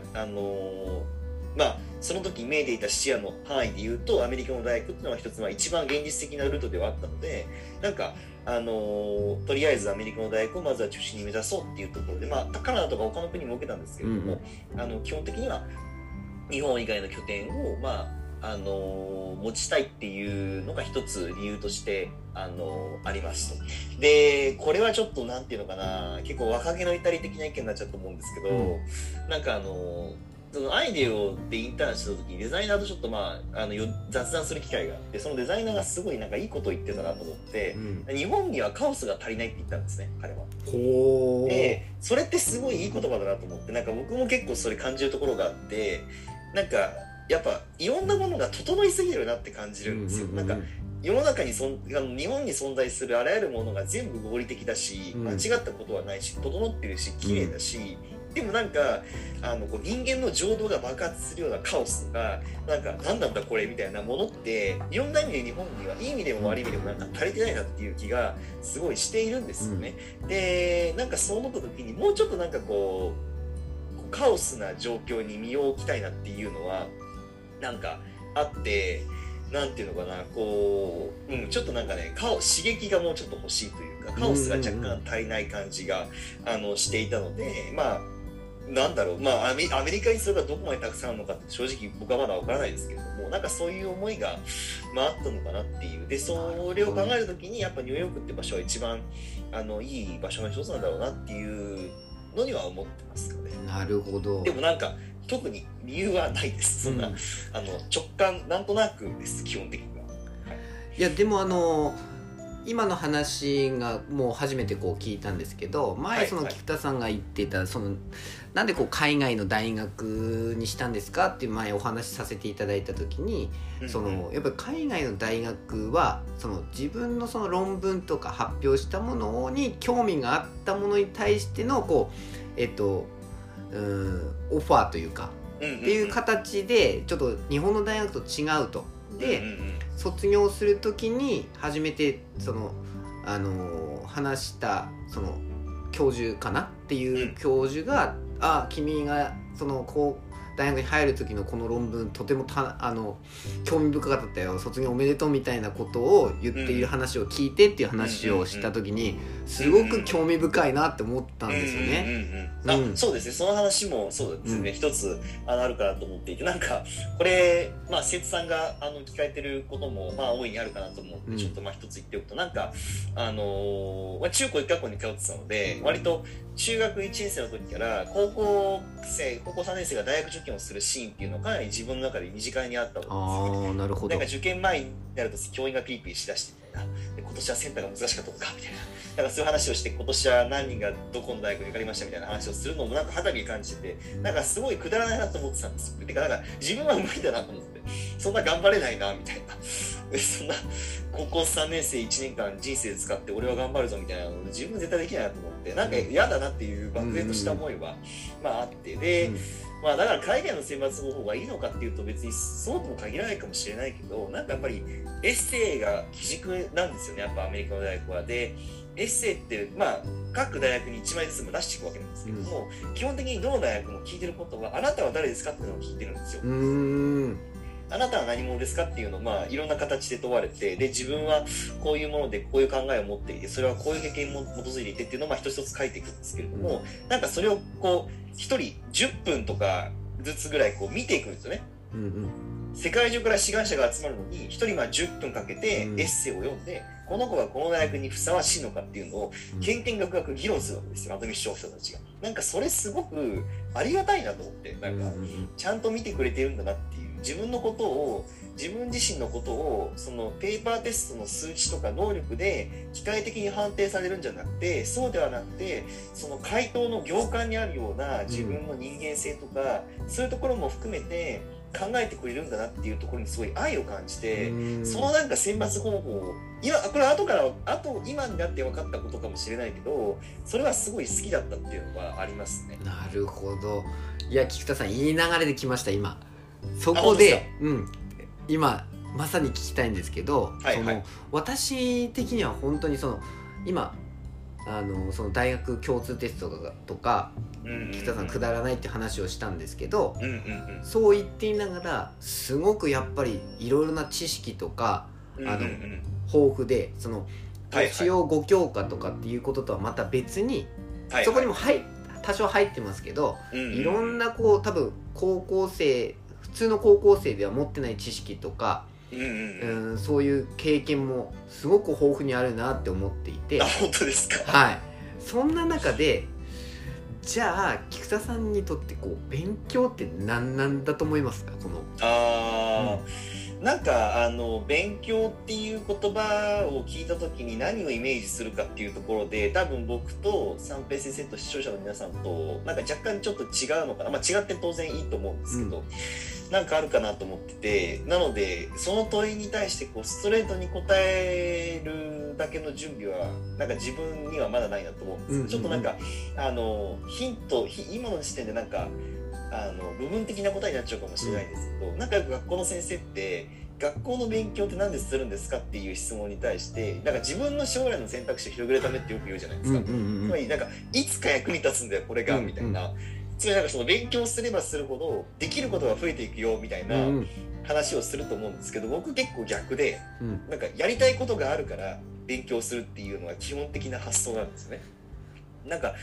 その時見えていた視野の範囲で言うとアメリカの大学っていうのは一つ一番現実的なルートではあったので、なんかとりあえずアメリカの大学をまずは中心に目指そうっていうところで、カナダとか他の国も受けたんですけれども、基本的には日本以外の拠点を持ちたいっていうのが一つ理由としてありますと。でこれはちょっとなんていうのかな、結構若気の至り的な意見になっちゃうと思うんですけど、なんかそのアイデオでインターンした時にデザイナーとちょっと雑談する機会があって、そのデザイナーがすごいなんかいいこと言ってたなと思って、日本にはカオスが足りないって言ったんですね、彼は。でそれってすごいいい言葉だなと思って、なんか僕も結構それ感じるところがあって、なんかやっぱいろんなものが整いすぎるなって感じるんですよ。なんか世の中に日本に存在するあらゆるものが全部合理的だし、間違ったことはないし、整ってるし綺麗だし、でもなんかこう人間の情動が爆発するようなカオスとか、なんか何なんだこれみたいなものっていろんな意味で日本にはいい意味でも悪い意味でもなんか足りてないなっていう気がすごいしているんですよね。でなんかそう思った時にもうちょっとなんかこうカオスな状況に身を置きたいなっていうのはなんかあって、なんていうのかな、こう、ちょっとなんかね、刺激がもうちょっと欲しいというか、カオスが若干足りない感じがしていたので、 なんだろう、まあアメリカにそれがどこまでたくさんあるのかって正直僕はまだわからないですけれども、なんかそういう思いが、まあ、あったのかなっていう。でそれを考えるときにやっぱニューヨークって場所は一番いい場所の一つなんだろうなっていうのには思ってますかね。 なるほど。 でもなんか特に理由はないです。そんな、直感なんとなくです基本的には。はい、 いやでも今の話がもう初めてこう聞いたんですけど、前その菊田さんが言っていたそのなんでこう海外の大学にしたんですかっていう前お話しさせていただいた時に、そのやっぱり海外の大学はその自分のその論文とか発表したものに興味があったものに対してのこうオファーというかっていう形でちょっと日本の大学と違うと。で、卒業する時に初めてその話したその教授かなっていう教授が、君がその大学に入る時のこの論文とても興味深かったよ、卒業おめでとうみたいなことを言っている話を聞いてっていう話をした時にすごく興味深いなって思ったんですよね。 そうですね、その話もそうですね、一つあるかなと思っていて、なんかこれ生徒さんが聞かれてることも大いにあるかなと思って、ちょっと一つ言っておくと、なんか中高一貫校に通ってたので、割と中学1年生の時から高校3年生が大学受験をするシーンっていうのがかなり自分の中で身近にあったわけですよね。 なるほど。 なんか受験前になると教員がピリピリしだしてみたいな、で今年はセンターが難しかったのかみたいな、なんかそういう話をして、今年は何人がどこの大学に受かりましたみたいな話をするのもなんか肌身感じてて、なんかすごいくだらないなと思ってたんですよ。てかなんか自分は無理だなと思って、そんな頑張れないなみたいな、そんな高校3年生1年間人生で使って俺は頑張るぞみたいなの自分絶対できないなと思って、なんか嫌だなっていう漠然とした思いはあって、でだから海外の選抜の方がいいのかっていうと別にそうとも限らないかもしれないけど、なんかやっぱりエッセイが基軸なんですよね、やっぱアメリカの大学は。でエッセイって各大学に1枚ずつも出していくわけなんですけども、基本的にどの大学も聞いてることは、あなたは誰ですかっていうのを聞いてるんですよ。あなたは何者ですかっていうのをいろんな形で問われて、で自分はこういうものでこういう考えを持っていて、それはこういう経験に基づいていてっていうのを一つ一つ書いていくんですけれども、なんかそれをこう1人10分とかずつぐらいこう見ていくんですよね。世界中から志願者が集まるのに1人10分かけてエッセイを読んで、この子がこの大学にふさわしいのかっていうのをけんけんがくがく議論するわけですよ、後見視聴者たちが。なんかそれすごくありがたいなと思って、なんかちゃんと見てくれてるんだなっていう、自分のことを、自分自身のことをそのペーパーテストの数値とか能力で機械的に判定されるんじゃなくて、そうではなくてその回答の行間にあるような自分の人間性とか、そういうところも含めて考えてくれるんだなっていうところにすごい愛を感じて、そのなんか選抜方法をこれ今になって分かったことかもしれないけど、それはすごい好きだったっていうのはありますね。 なるほど。いや菊田さん、いい流れで来ました今。そこで今まさに聞きたいんですけど、私的には本当に今その大学共通テストとか菊田さんくだらないって話をしたんですけど、そう言っていながらすごくやっぱりいろいろな知識とか豊富で、その主要5教科とかっていうこととはまた別に、そこにも多少入ってますけど、いろんな多分普通の高校生では持ってない知識とか、そういう経験もすごく豊富にあるなって思っていて。 本当ですか。 はい。そんな中でじゃあ菊田さんにとって勉強って何なんだと思いますか？ なんか勉強っていう言葉を聞いた時に何をイメージするかっていうところで、多分僕と三平先生と視聴者の皆さんとなんか若干ちょっと違うのかな、違って当然いいと思うんですけど、なんかあるかなと思ってて、なのでその問いに対してストレートに答えるだけの準備はなんか自分にはまだないなと思うんです。ちょっとなんかヒント今の時点でなんか部分的な答えになっちゃうかもしれないですけど、なんかよく学校の先生って学校の勉強って何でするんですかっていう質問に対して、なんか自分の将来の選択肢を広げるためってよく言うじゃないですか。つまりなんかいつか役に立つんだよこれが、みたいな。つまりなんかその勉強すればするほどできることが増えていくよみたいな話をすると思うんですけど、僕結構逆で、なんかやりたいことがあるから勉強するっていうのが基本的な発想なんですね。なんか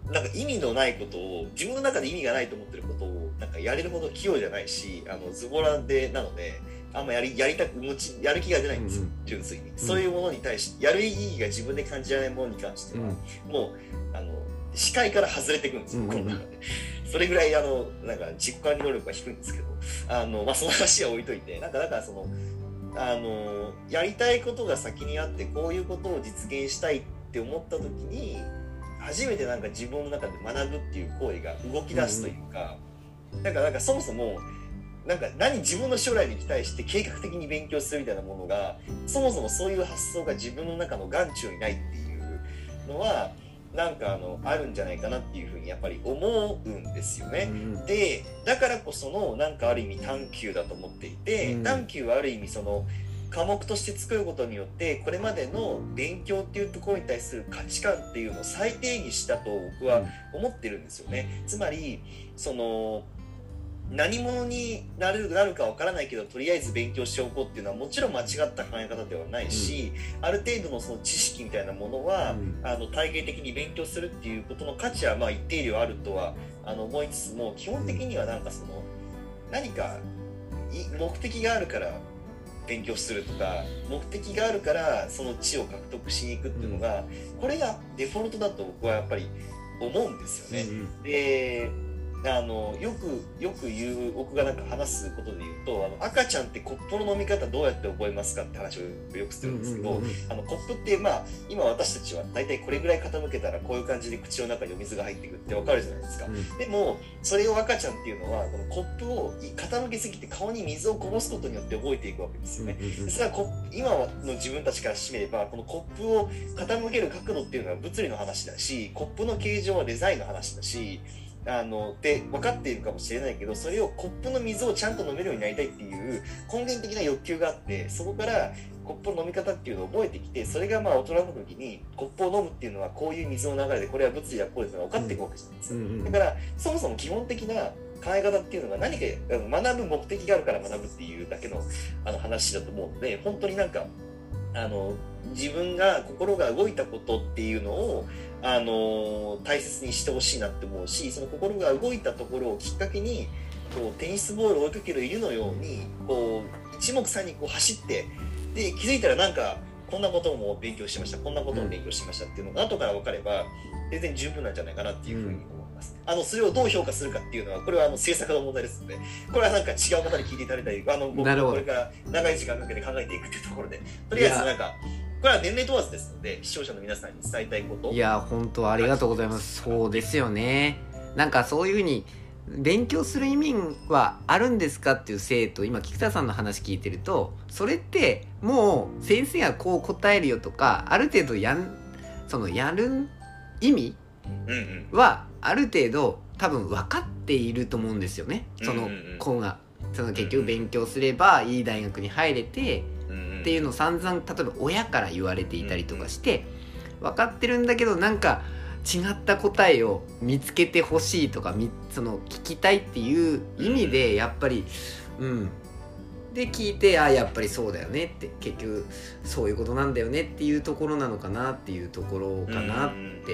なんか意味のないことを、自分の中で意味がないと思ってることをなんかやれるほど器用じゃないし、ズボラでなので、あんまやる気が出ないんですよ、純粋に。そういうものに対して、やる意義が自分で感じられないものに関しては、もう視界から外れていくんですよ、この中で。それぐらいなんか自己管理能力が低いんですけど、まあその話は置いといて、だからそのやりたいことが先にあって、こういうことを実現したいって思った時に初めてなんか自分の中で学ぶっていう行為が動き出すというか、なんかそもそもなんか自分の将来に期待して計画的に勉強するみたいなものが、そもそもそういう発想が自分の中の眼中にないっていうのはなんかあるんじゃないかなっていうふうにやっぱり思うんですよね。でだからこそのなんかある意味探求だと思っていて、探求はある意味その科目として作ることによってこれまでの勉強っていうところに対する価値観っていうのを再定義したと僕は思ってるんですよね。つまりその何者になるかわからないけどとりあえず勉強しておこうっていうのはもちろん間違った考え方ではないし、ある程度のその知識みたいなものは、体系的に勉強するっていうことの価値はまあ一定量あるとは思いつつも、基本的にはなんかその何か目的があるから勉強するとか、目的があるからその知を獲得しに行くっていうのが、これがデフォルトだと僕はやっぱり思うんですよね。でよく言う、僕がなんか話すことで言うと、赤ちゃんってコップの飲み方どうやって覚えますかって話をよくするんですけど、コップってまあ今私たちは大体これぐらい傾けたらこういう感じで口の中にお水が入ってくるってわかるじゃないですか。でもそれを赤ちゃんっていうのはこのコップを傾けすぎて顔に水をこぼすことによって覚えていくわけですよね。それは今の自分たちからしてみれば、このコップを傾ける角度っていうのは物理の話だし、コップの形状はデザインの話だし、って分かっているかもしれないけど、それをコップの水をちゃんと飲めるようになりたいっていう根源的な欲求があって、そこからコップの飲み方っていうのを覚えてきて、それがまあ大人の時にコップを飲むっていうのはこういう水の流れで、これは物理はこうですが分かっていくわけじゃないですか。だからそもそも基本的な考え方っていうのが何か学ぶ目的があるから学ぶっていうだけの話だと思うので、本当になんか自分が心が動いたことっていうのを大切にしてほしいなって思うし、その心が動いたところをきっかけにこうテニスボールを追いかける犬のようにこう一目散にこう走って、で気づいたらなんかこんなことも勉強しました、こんなことも勉強しましたっていうのが後から分かれば全然十分なんじゃないかなっていうふうに思います。それをどう評価するかっていうのはこれは制作の問題ですので、これはなんか違う方に聞いていただいたり、僕がこれから長い時間かけて考えていくっていうところで、とりあえずなんかこれは年齢問わずですので、視聴者の皆さんに伝えたいこと。 いや本当ありがとうございます。そうですよね。なんかそういうふうに勉強する意味はあるんですかっていう生徒、今菊田さんの話聞いてると、それってもう先生がこう答えるよとか、ある程度やる意味はある程度多分分かっていると思うんですよね。その子が結局勉強すればいい大学に入れてっていうのを散々例えば親から言われていたりとかして分かってるんだけど、なんか違った答えを見つけてほしいとか聞きたいっていう意味でやっぱりで聞いて、やっぱりそうだよねって、結局そういうことなんだよねっていうところなのかなっていうところかなって。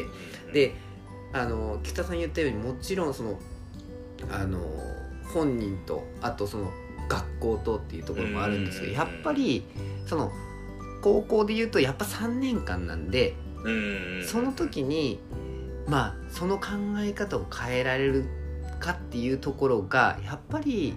で北さん言ったように、もちろん本人とあとその学校とっていうところもあるんですけど、やっぱり高校で言うとやっぱ3年間なんで、その時にまあその考え方を変えられるかっていうところがやっぱり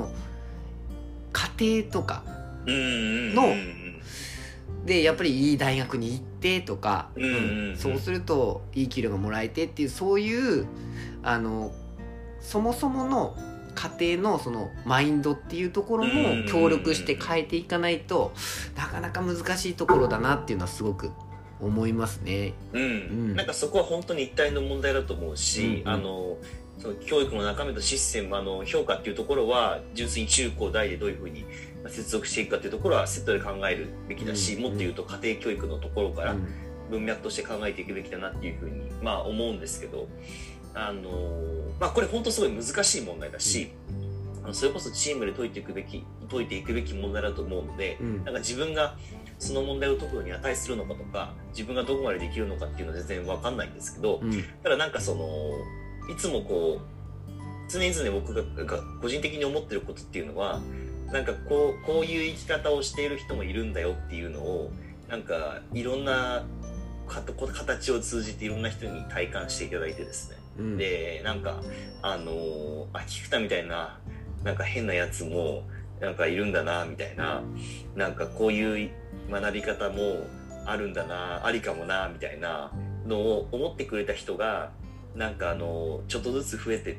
家庭とかのでやっぱりいい大学に行ってとか、そうするといい給料がもらえてっていう、そういうそもそもの家庭のそのマインドっていうところも協力して変えていかないとなかなか難しいところだなっていうのはすごく思いますね。 なんかそこは本当に一体の問題だと思うし、その教育の中身とシステム、評価っていうところは純粋に中高大でどういうふうに接続していくかっていうところはセットで考えるべきだし、もっと言うと家庭教育のところから文脈として考えていくべきだなっていうふうに思うんですけど、これ本当すごい難しい問題だし、 それこそチームで解いていくべき問題だと思うので、なんか自分がその問題を解くのに値するのかとか、自分がどこまでできるのかっていうのは全然わかんないんですけど、ただなんかいつもこう常々僕が個人的に思ってることっていうのは、なんかこういう生き方をしている人もいるんだよっていうのを、なんかいろんな形を通じていろんな人に体感していただいてですね、でなんか菊田みたいななんか変なやつもなんかいるんだなみたいな、なんかこういう学び方もあるんだな、ありかもなみたいなのを思ってくれた人がなんかちょっとずつ増えてって、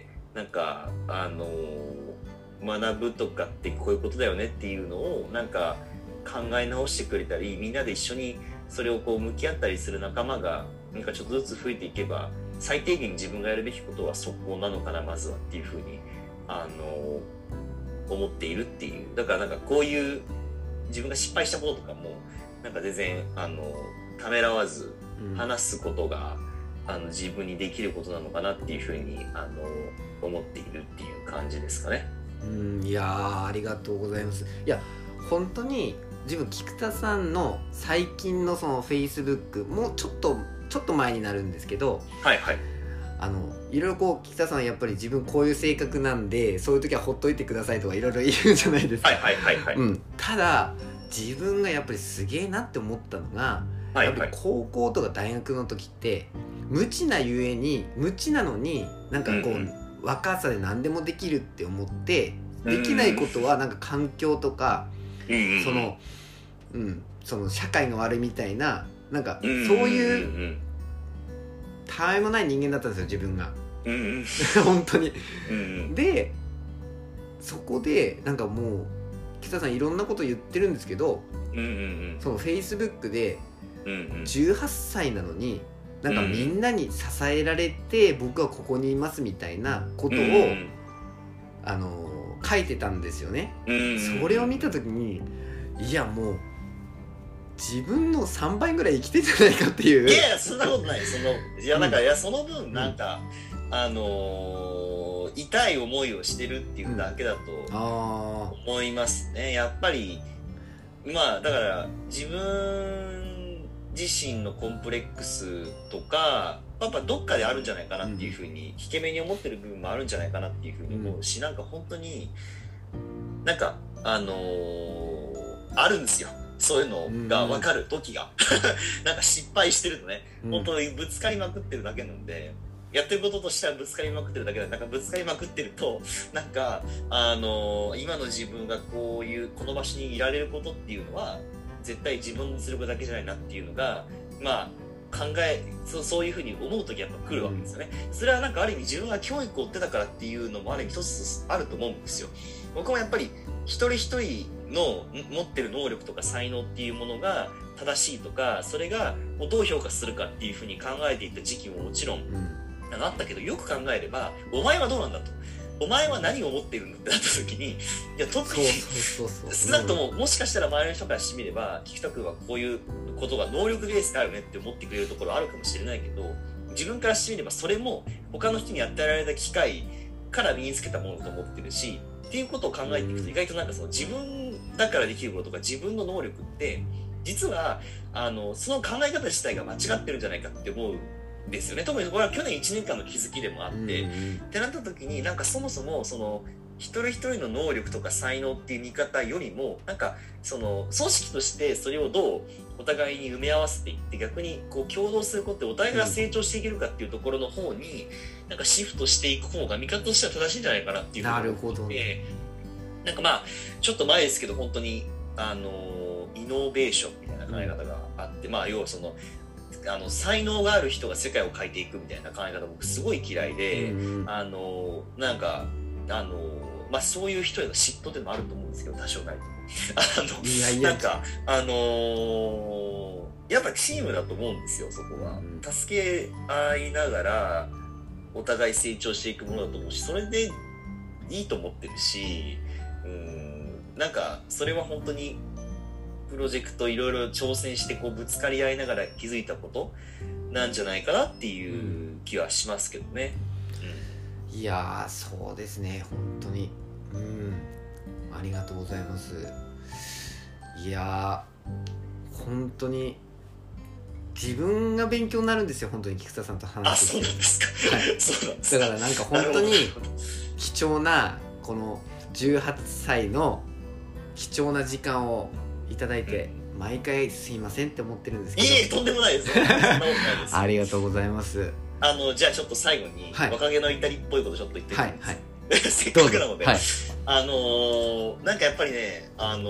なんか学ぶとかってこういうことだよねっていうのをなんか考え直してくれたり、みんなで一緒にそれをこう向き合ったりする仲間がなんかちょっとずつ増えていけば、最低限自分がやるべきことはそこなのかなまずはっていうふうに思っているっていう。だからなんかこういう自分が失敗したこととかもなんか全然ためらわず話すことが、自分にできることなのかなっていうふうに思っているっていう感じですかね。 いやー、ありがとうございます。いや本当に自分菊田さんの最近のその Facebook もうちょっと前になるんですけど、 はいはい、 いろいろこう菊田さんやっぱり自分こういう性格なんでそういう時はほっといてくださいとかいろいろ言うじゃないですか。ただ自分がやっぱりすげえなって思ったのが、やっぱり高校とか大学の時って無知なゆえに無知なのになんかこう、若さで何でもできるって思って、できないことはなんか環境とか、その社会が悪いみたいな、なんかそういうたわいもない人間だったんですよ自分が本当にでそこでなんかもう北さんいろんなこと言ってるんですけど、その Facebook で18歳なのになんかみんなに支えられて僕はここにいますみたいなことを書いてたんですよね。それを見た時にいやもう自分の3倍ぐらい生きてんじゃないかっていう。 いやそんなことない。いやなんか、いやその分なんか痛い思いをしてるっていうだけだと思いますね。やっぱりまあだから自分自身のコンプレックスとかやっぱどっかであるんじゃないかなっていうふうに引け目に思ってる部分もあるんじゃないかなっていうふうに思うし、なんか本当になんかあるんですよ。そういうのが分かる時がなんか失敗してるとね、本当にぶつかりまくってるだけなんで、やってることとしてはぶつかりまくってるだけで、なんかぶつかりまくってるとなんか今の自分がこの場所にいられることっていうのは絶対自分の実力だけじゃないなっていうのがまあそういうふうに思う時やっぱ来るわけですよね。それはなんかある意味自分が教育を追ってたからっていうのもある意味一つあると思うんですよ。僕もやっぱり一人一人の持ってる能力とか才能っていうものが正しいとか、それがどう評価するかっていうふうに考えていった時期ももちろんあったけど、よく考えればお前はどうなんだと、お前は何を持っているんだってなった時に、いや特に少なくとももしかしたら周りの人からしてみれば菊田君はこういうことが能力ベースであるねって思ってくれるところあるかもしれないけど、自分からしてみればそれも他の人に与えられた機会から身につけたものだと思ってるしっていうことを考えていくと、意外となんかその自分だからできることとか自分の能力って実はその考え方自体が間違ってるんじゃないかって思うんですよね。特にこれは去年1年間の気づきでもあって、ってなった時になんかそもそもその一人一人の能力とか才能っていう見方よりも、なんかその組織としてそれをどうお互いに埋め合わせていって、逆にこう共同することでお互いが成長していけるかっていうところの方になんかシフトしていく方が見方としては正しいんじゃないかなっていうふうに思って、なんかまあちょっと前ですけど本当にイノベーションみたいな考え方があって、まあ要はその才能がある人が世界を変えていくみたいな考え方僕すごい嫌いで、なんかまあそういう人への嫉妬でもあると思うんですけど、多少なりともなんかやっぱチームだと思うんですよ、そこは。助け合いながらお互い成長していくものだと思うし、それでいいと思ってるし、なんかそれは本当にプロジェクトいろいろ挑戦してこうぶつかり合いながら気づいたことなんじゃないかなっていう気はしますけどね。 いやーそうですね、本当にありがとうございます。いや本当に自分が勉強になるんですよ、本当に菊田さんと話してて。 そうなんですか。はい、そうなんですだからなんか本当に貴重なこの18歳の貴重な時間をいただいて、毎回すいませんって思ってるんですけど。 いえ、とんでもないです。そんなことないです。 ありがとうございます。 じゃあちょっと最後に、若気の至りっぽいことちょっと言ってみます。はいはい、せっかくなので、はい、なんかやっぱりね、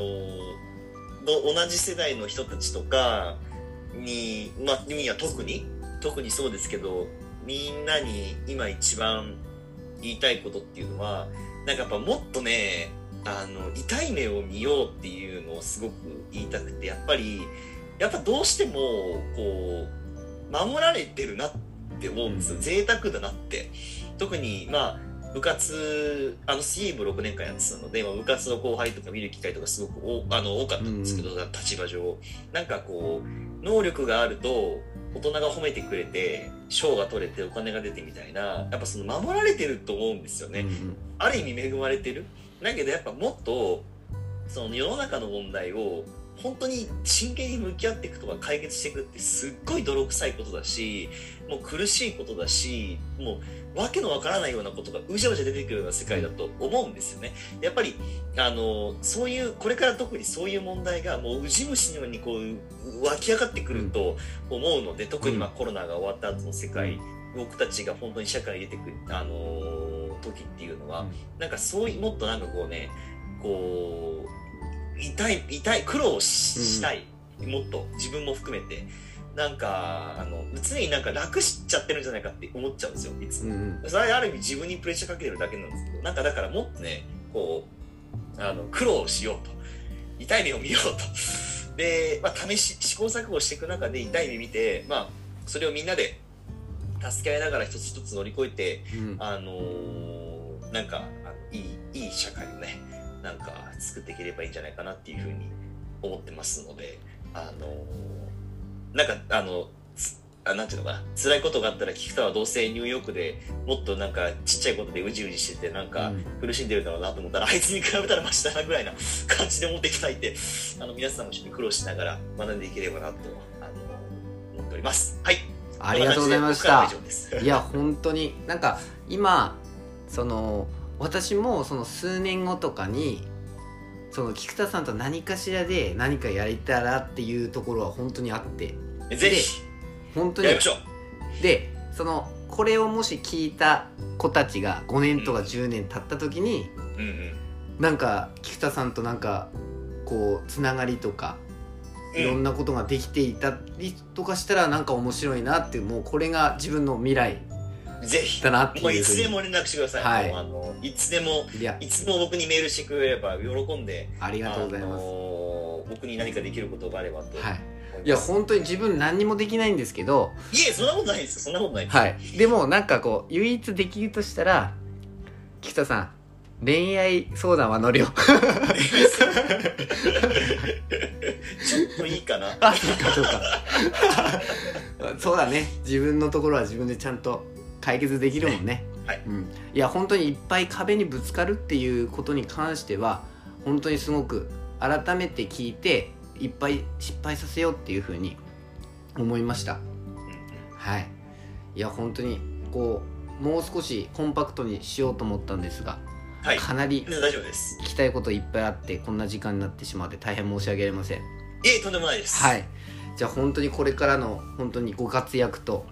同じ世代の人たちとかに、には特にそうですけど、みんなに今一番言いたいことっていうのは、なんかやっぱもっとね、痛い目を見ようっていうのをすごく言いたくて、やっぱどうしてもこう守られてるなって思うんですよ。贅沢だなって。特に部活水泳部6年間やってたので、部活の後輩とか見る機会とかすごく多かったんですけど、立場上なんかこう能力があると大人が褒めてくれて賞が取れてお金が出てみたいな、やっぱその守られてると思うんですよね。ある意味恵まれてる。だけどやっぱもっとその世の中の問題を本当に真剣に向き合っていくとか解決していくってすっごい泥臭いことだし、もう苦しいことだし、もうわけのわからないようなことがうじゃうじゃ出てくるような世界だと思うんですよね。やっぱりそういうこれから特にそういう問題がもうウジ虫のようにこう湧き上がってくると思うので、特にコロナが終わった後の世界、僕たちが本当に社会に出てくる時っていうのは、なんかそういうもっとなんかこうね、こう痛い苦労したい、もっと自分も含めてなんか常になんか楽しちゃってるんじゃないかって思っちゃうんですよ、いつも。それはある意味自分にプレッシャーかけてるだけなんですけど、なんかだからもっとね、こう苦労しようと、痛い目を見ようとで、試行錯誤していく中で痛い目見て、それをみんなで助け合いながら一つ一つ乗り越えて、なんかいい社会をね、なんか作っていければいいんじゃないかなっていうふうに思ってますので、なんかなんていうのかな、辛いことがあったら菊田はどうせニューヨークでもっとなんかちっちゃいことでうじうじしててなんか苦しんでるだろうなと思ったら、あいつに比べたらマシだなぐらいな感じで思っていただいて、皆さんも一緒に苦労しながら学んでいければなと思っております。はい、 ありがとうございました。いや本当になんか今私もその数年後とかにその菊田さんと何かしらで何かやれたらっていうところは本当にあって、 ぜひ本当にやりましょう。でこれをもし聞いた子たちが5年とか10年経った時に、なんか菊田さんとなんかこうつながりとかいろんなことができていたりとかしたらなんか面白いなっていう、もうこれが自分の未来ぜひだなっていう。 もういつでも連絡してください。いつでもいつも僕にメールしてくれれば喜んで、 ありがとうございます。 僕に何かできることがあればと。 いや本当に自分何にもできないんですけど、 いえそんなことないですよ、そんなことないです。 でもなんかこう唯一できるとしたら、菊田さん恋愛相談は乗るよ。ちょっといいかな。 そうかそうだね、自分のところは自分でちゃんと解決できるもんね。いや本当にいっぱい壁にぶつかるっていうことに関しては本当にすごく改めて聞いて、いっぱい失敗させようっていうふうに思いました。いや本当にこうもう少しコンパクトにしようと思ったんですが、かなり聞きたいこといっぱいあってこんな時間になってしまって大変申し訳ありません。 とんでもないです。 じゃあ本当にこれからの本当にご活躍と、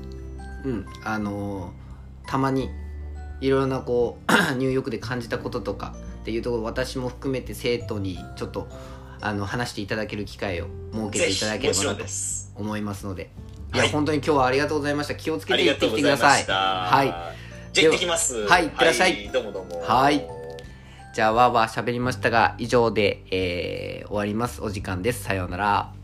たまにいろいろなこうニューヨークで感じたこととかっていうところ、私も含めて生徒にちょっと話していただける機会を設けていただければなと思いますので、いや本当に今日はありがとうございました。気をつけて行ってきてください。 じゃあ行ってきます。 いってらっしゃい。 どうもどうも。 じゃあわーわー喋りましたが以上で、終わります。お時間です。さようなら。